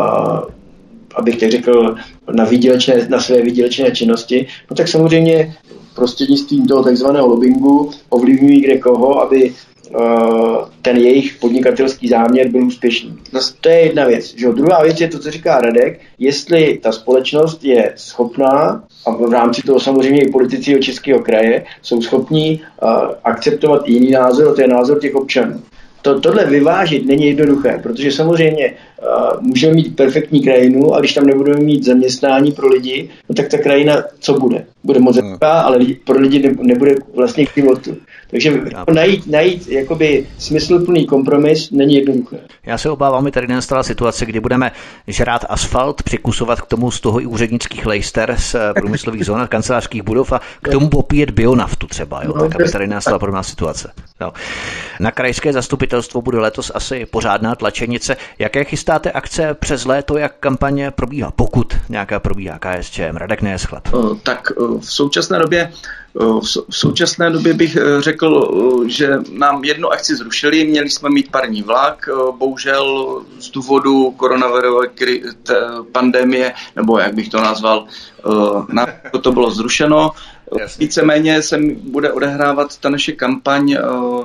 abych tak řekl, na, výdělečné, na své výdělečné činnosti, no tak samozřejmě prostřednictvím toho takzvaného lobbingu ovlivňují kde koho, aby uh, ten jejich podnikatelský záměr byl úspěšný. To je jedna věc. Že? Druhá věc je to, co říká Radek, jestli ta společnost je schopná, a v rámci toho samozřejmě i politici Českého kraje, jsou schopní uh, akceptovat jiný názor, a to je názor těch občanů. To, tohle vyvážit není jednoduché, protože samozřejmě uh, můžeme mít perfektní krajinu a když tam nebudeme mít zaměstnání pro lidi, no tak ta krajina co bude? Bude moc hezká, ale lidi, pro lidi ne, nebude vlastně k životu. Takže najít, najít jakoby smysluplný kompromis není jednoduché. Já se obávám, že tady nastala situace, kdy budeme žrát asfalt, přikusovat k tomu z toho i úřednických lejster z průmyslových zón a kancelářských budov a k tomu popíjet bionaftu třeba, jo, tak aby tady nastala podobná situace. Jo. Na krajské zastupitelstvo bude letos asi pořádná tlačenice. Jaké chystáte akce přes léto, jak kampaně probíhá, pokud nějaká probíhá K S Č M? Radek Neschlap. Tak v současné době V současné době bych řekl, že nám jednu akci zrušili, měli jsme mít parní vlak, bohužel z důvodu koronavirové pandemie, nebo jak bych to nazval, to bylo zrušeno. Víceméně se bude odehrávat ta naše kampaň,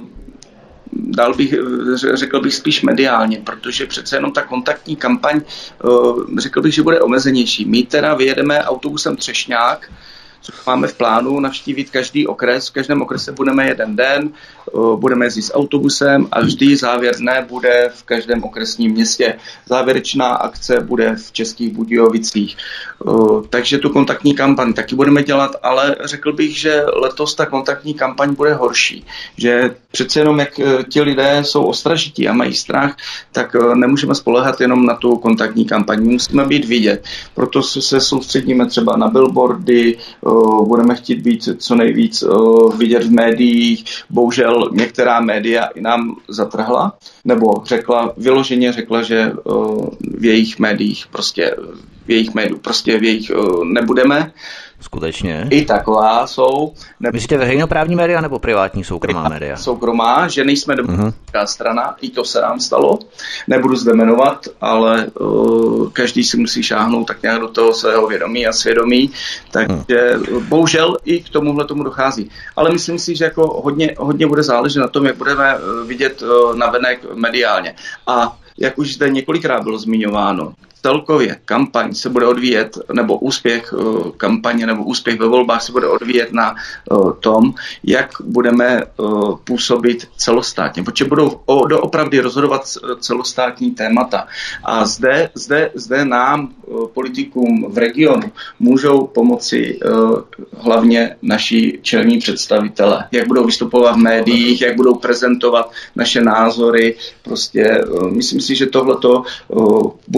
dál bych, řekl bych spíš mediálně, protože přece jenom ta kontaktní kampaň, řekl bych, že bude omezenější. My teda vyjedeme autobusem Třešňák, co máme v plánu, navštívit každý okres. V každém okrese budeme jeden den, budeme jezdit s autobusem a vždy závěr dne bude v každém okresním městě. Závěrečná akce bude v Českých Budějovicích. Takže tu kontaktní kampaň taky budeme dělat, ale řekl bych, že letos ta kontaktní kampaň bude horší. Že přece jenom, jak ti lidé jsou ostražití a mají strach, tak nemůžeme spoléhat jenom na tu kontaktní kampaň. Musíme být vidět. Proto se soustředíme třeba na billboardy, budeme chtít být co nejvíc vidět v médiích. Bohužel některá média i nám zatrhla, nebo řekla, vyloženě řekla, že v jejich médiích prostě v jejich médiu, prostě v jejich nebudeme. Skutečně. I taková jsou. Ne... Myslíte veřejnoprávní média nebo privátní soukromá média? Soukromá, že nejsme demokratická uh-huh. strana, i to se nám stalo. Nebudu zde jmenovat, ale uh, každý si musí šáhnout tak nějak do toho svého vědomí a svědomí, takže uh. bohužel i k tomuhle tomu dochází. Ale myslím si, že jako hodně, hodně bude záležet na tom, jak budeme vidět uh, navenek mediálně. A jak už zde několikrát bylo zmiňováno, celkově kampaň se bude odvíjet, nebo úspěch uh, kampaně, nebo úspěch ve volbách se bude odvíjet na uh, tom, jak budeme uh, působit celostátně, protože budou o, doopravdy rozhodovat celostátní témata. A zde, zde, zde nám, uh, politikům v regionu, můžou pomoci uh, hlavně naši čelní představitelé. Jak budou vystupovat v médiích, jak budou prezentovat naše názory. Prostě uh, myslím si, že tohleto uh, bude hodně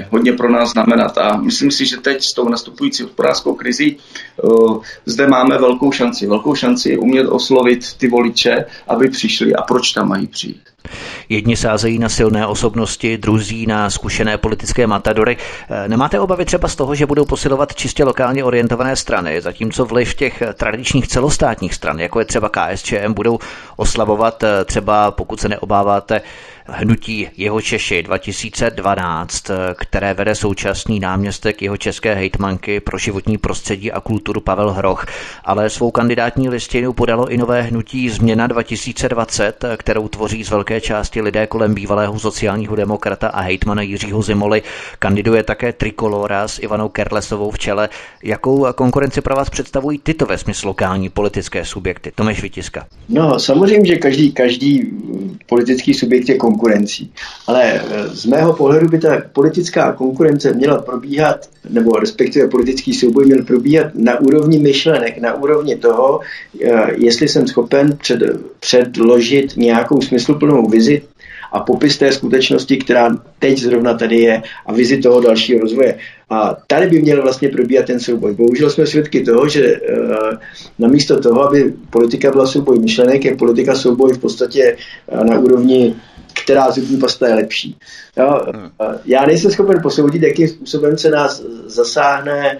hodně, hodně pro nás znamenat. A myslím si, že teď s tou nastupující hospodářskou krizí uh, zde máme velkou šanci. Velkou šanci umět oslovit ty voliče, aby přišli a proč tam mají přijít. Jedni sázejí na silné osobnosti, druzí na zkušené politické matadory. Nemáte obavy třeba z toho, že budou posilovat čistě lokálně orientované strany, zatímco vliv těch tradičních celostátních stran, jako je třeba K S Č M, budou oslabovat třeba, pokud se neobáváte, hnutí Jihočeši dva tisíce dvanáct, které vede současný náměstek jihočeské hejtmanky pro životní prostředí a kulturu Pavel Hroch, ale svou kandidátní listinu podalo i nové hnutí Změna dva tisíce dvacet, kterou tvoří z velké části lidé kolem bývalého sociálního demokrata a hejtmana Jiřího Zimoly. Kandiduje také Trikolóra s Ivanou Kerlesovou v čele. Jakou konkurenci pro vás představují tyto ve smyslu lokální politické subjekty? Tomáš Vytiska. No, samozřejmě, že každý, každý politický subjekt je konkurencí, ale z mého pohledu by ta politická konkurence měla probíhat, nebo respektive politický souboj měl probíhat na úrovni myšlenek, na úrovni toho, jestli jsem schopen před, předložit nějakou smysluplnou vizi a popis té skutečnosti, která teď zrovna tady je, a vizi toho dalšího rozvoje. A tady by měl vlastně probíhat ten souboj. Bohužel jsme svědky toho, že e, namísto toho, aby politika byla souboj myšlenek, je politika souboj v podstatě e, na úrovni, která zubní pasta je lepší. Jo? Já nejsem schopen posoudit, jakým způsobem se nás zasáhne,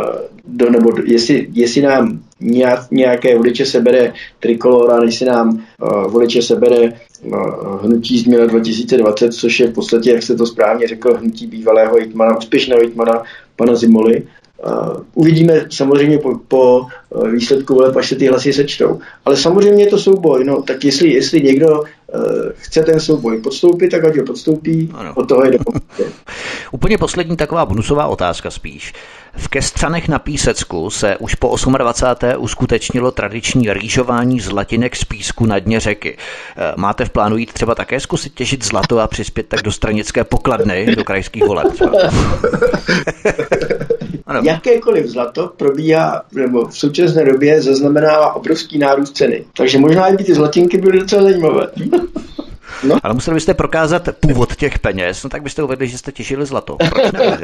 do, nebo do, jestli, jestli nám nějaké voliče sebere Trikolóra, než si nám voliče sebere hnutí Změna dva tisíce dvacet, což je v podstatě, jak se to správně řekl, hnutí bývalého hejtmana, úspěšného hejtmana pana Zimoly. Uh, uvidíme samozřejmě po, po výsledku voleb, až se ty hlasy sečtou. Ale samozřejmě je to souboj. No, tak jestli, jestli někdo uh, chce ten souboj podstoupit, tak ať ho podstoupí. Ano. Od toho je demokracie. Úplně poslední taková bonusová otázka spíš. V Kestřanech na Písecku se už po dvacáté osmé uskutečnilo tradiční rýžování zlatinek z písku na dně řeky. Máte v plánu jít třeba také zkusit těžit zlato a přispět tak do stranické pokladny do krajských voleb? Jakékoliv zlato probíhá, nebo v současné době zaznamenává obrovský nárůst ceny. Takže možná i ty zlatinky byly docela zajímavé. No. Ale museli byste prokázat původ těch peněz, no tak byste uvedli, že jste těžili zlato. Proč ne?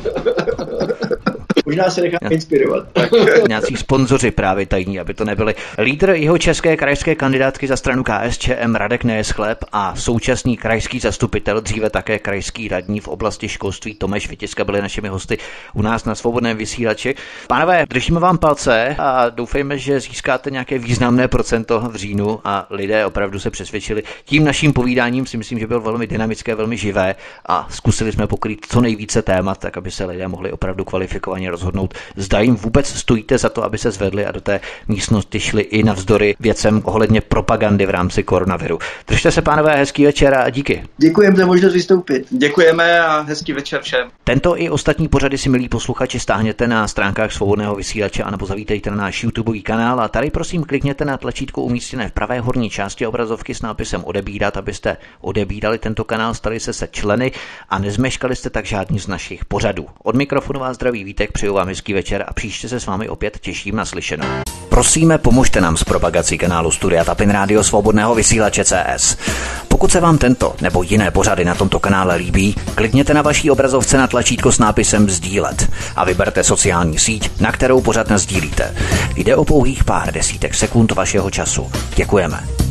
Možná se nechám inspirovat. Nějací sponzoři právě tajní, aby to nebyli. Lídr jihočeské krajské kandidátky za stranu K S Č M Radek Nejeschleb a současný krajský zastupitel, dříve také krajský radní v oblasti školství Tomáš Vytiska byli našimi hosty u nás na Svobodném vysílači. Pánové, držíme vám palce a doufejme, že získáte nějaké významné procento v říjnu a lidé opravdu se přesvědčili. Tím naším povídáním si myslím, že bylo velmi dynamické, velmi živé a zkusili jsme pokrýt co nejvíce témat, tak aby se lidé mohli opravdu kvalifikovaně rozhodnout, zda jim vůbec stojíte za to, aby se zvedli a do té místnosti šli i navzdory věcem ohledně propagandy v rámci koronaviru. Držte se, pánové, hezký večer a díky. Děkujeme za možnost vystoupit. Děkujeme a hezký večer všem. Tento i ostatní pořady si, milí posluchači, stáhněte na stránkách Svobodného vysílače anebo zavítejte na náš YouTubeový kanál a tady prosím klikněte na tlačítko umístěné v pravé horní části obrazovky s nápisem odebírat, abyste odebírali tento kanál, stali se se členy a nezmeškali jste tak žádný z našich pořadů. Od mikrofonu vás zdraví Vítek, přeju vám hezký večer a příště se s vámi opět těším na slyšenou. Prosíme, pomožte nám s propagací kanálu Studia Tapin Rádio Svobodného vysílače C S. Pokud se vám tento nebo jiné pořady na tomto kanále líbí, klikněte na vaší obrazovce na tlačítko s nápisem sdílet a vyberte sociální síť, na kterou pořad nasdílíte. Jde o pouhých pár desítek sekund vašeho času. Děkujeme.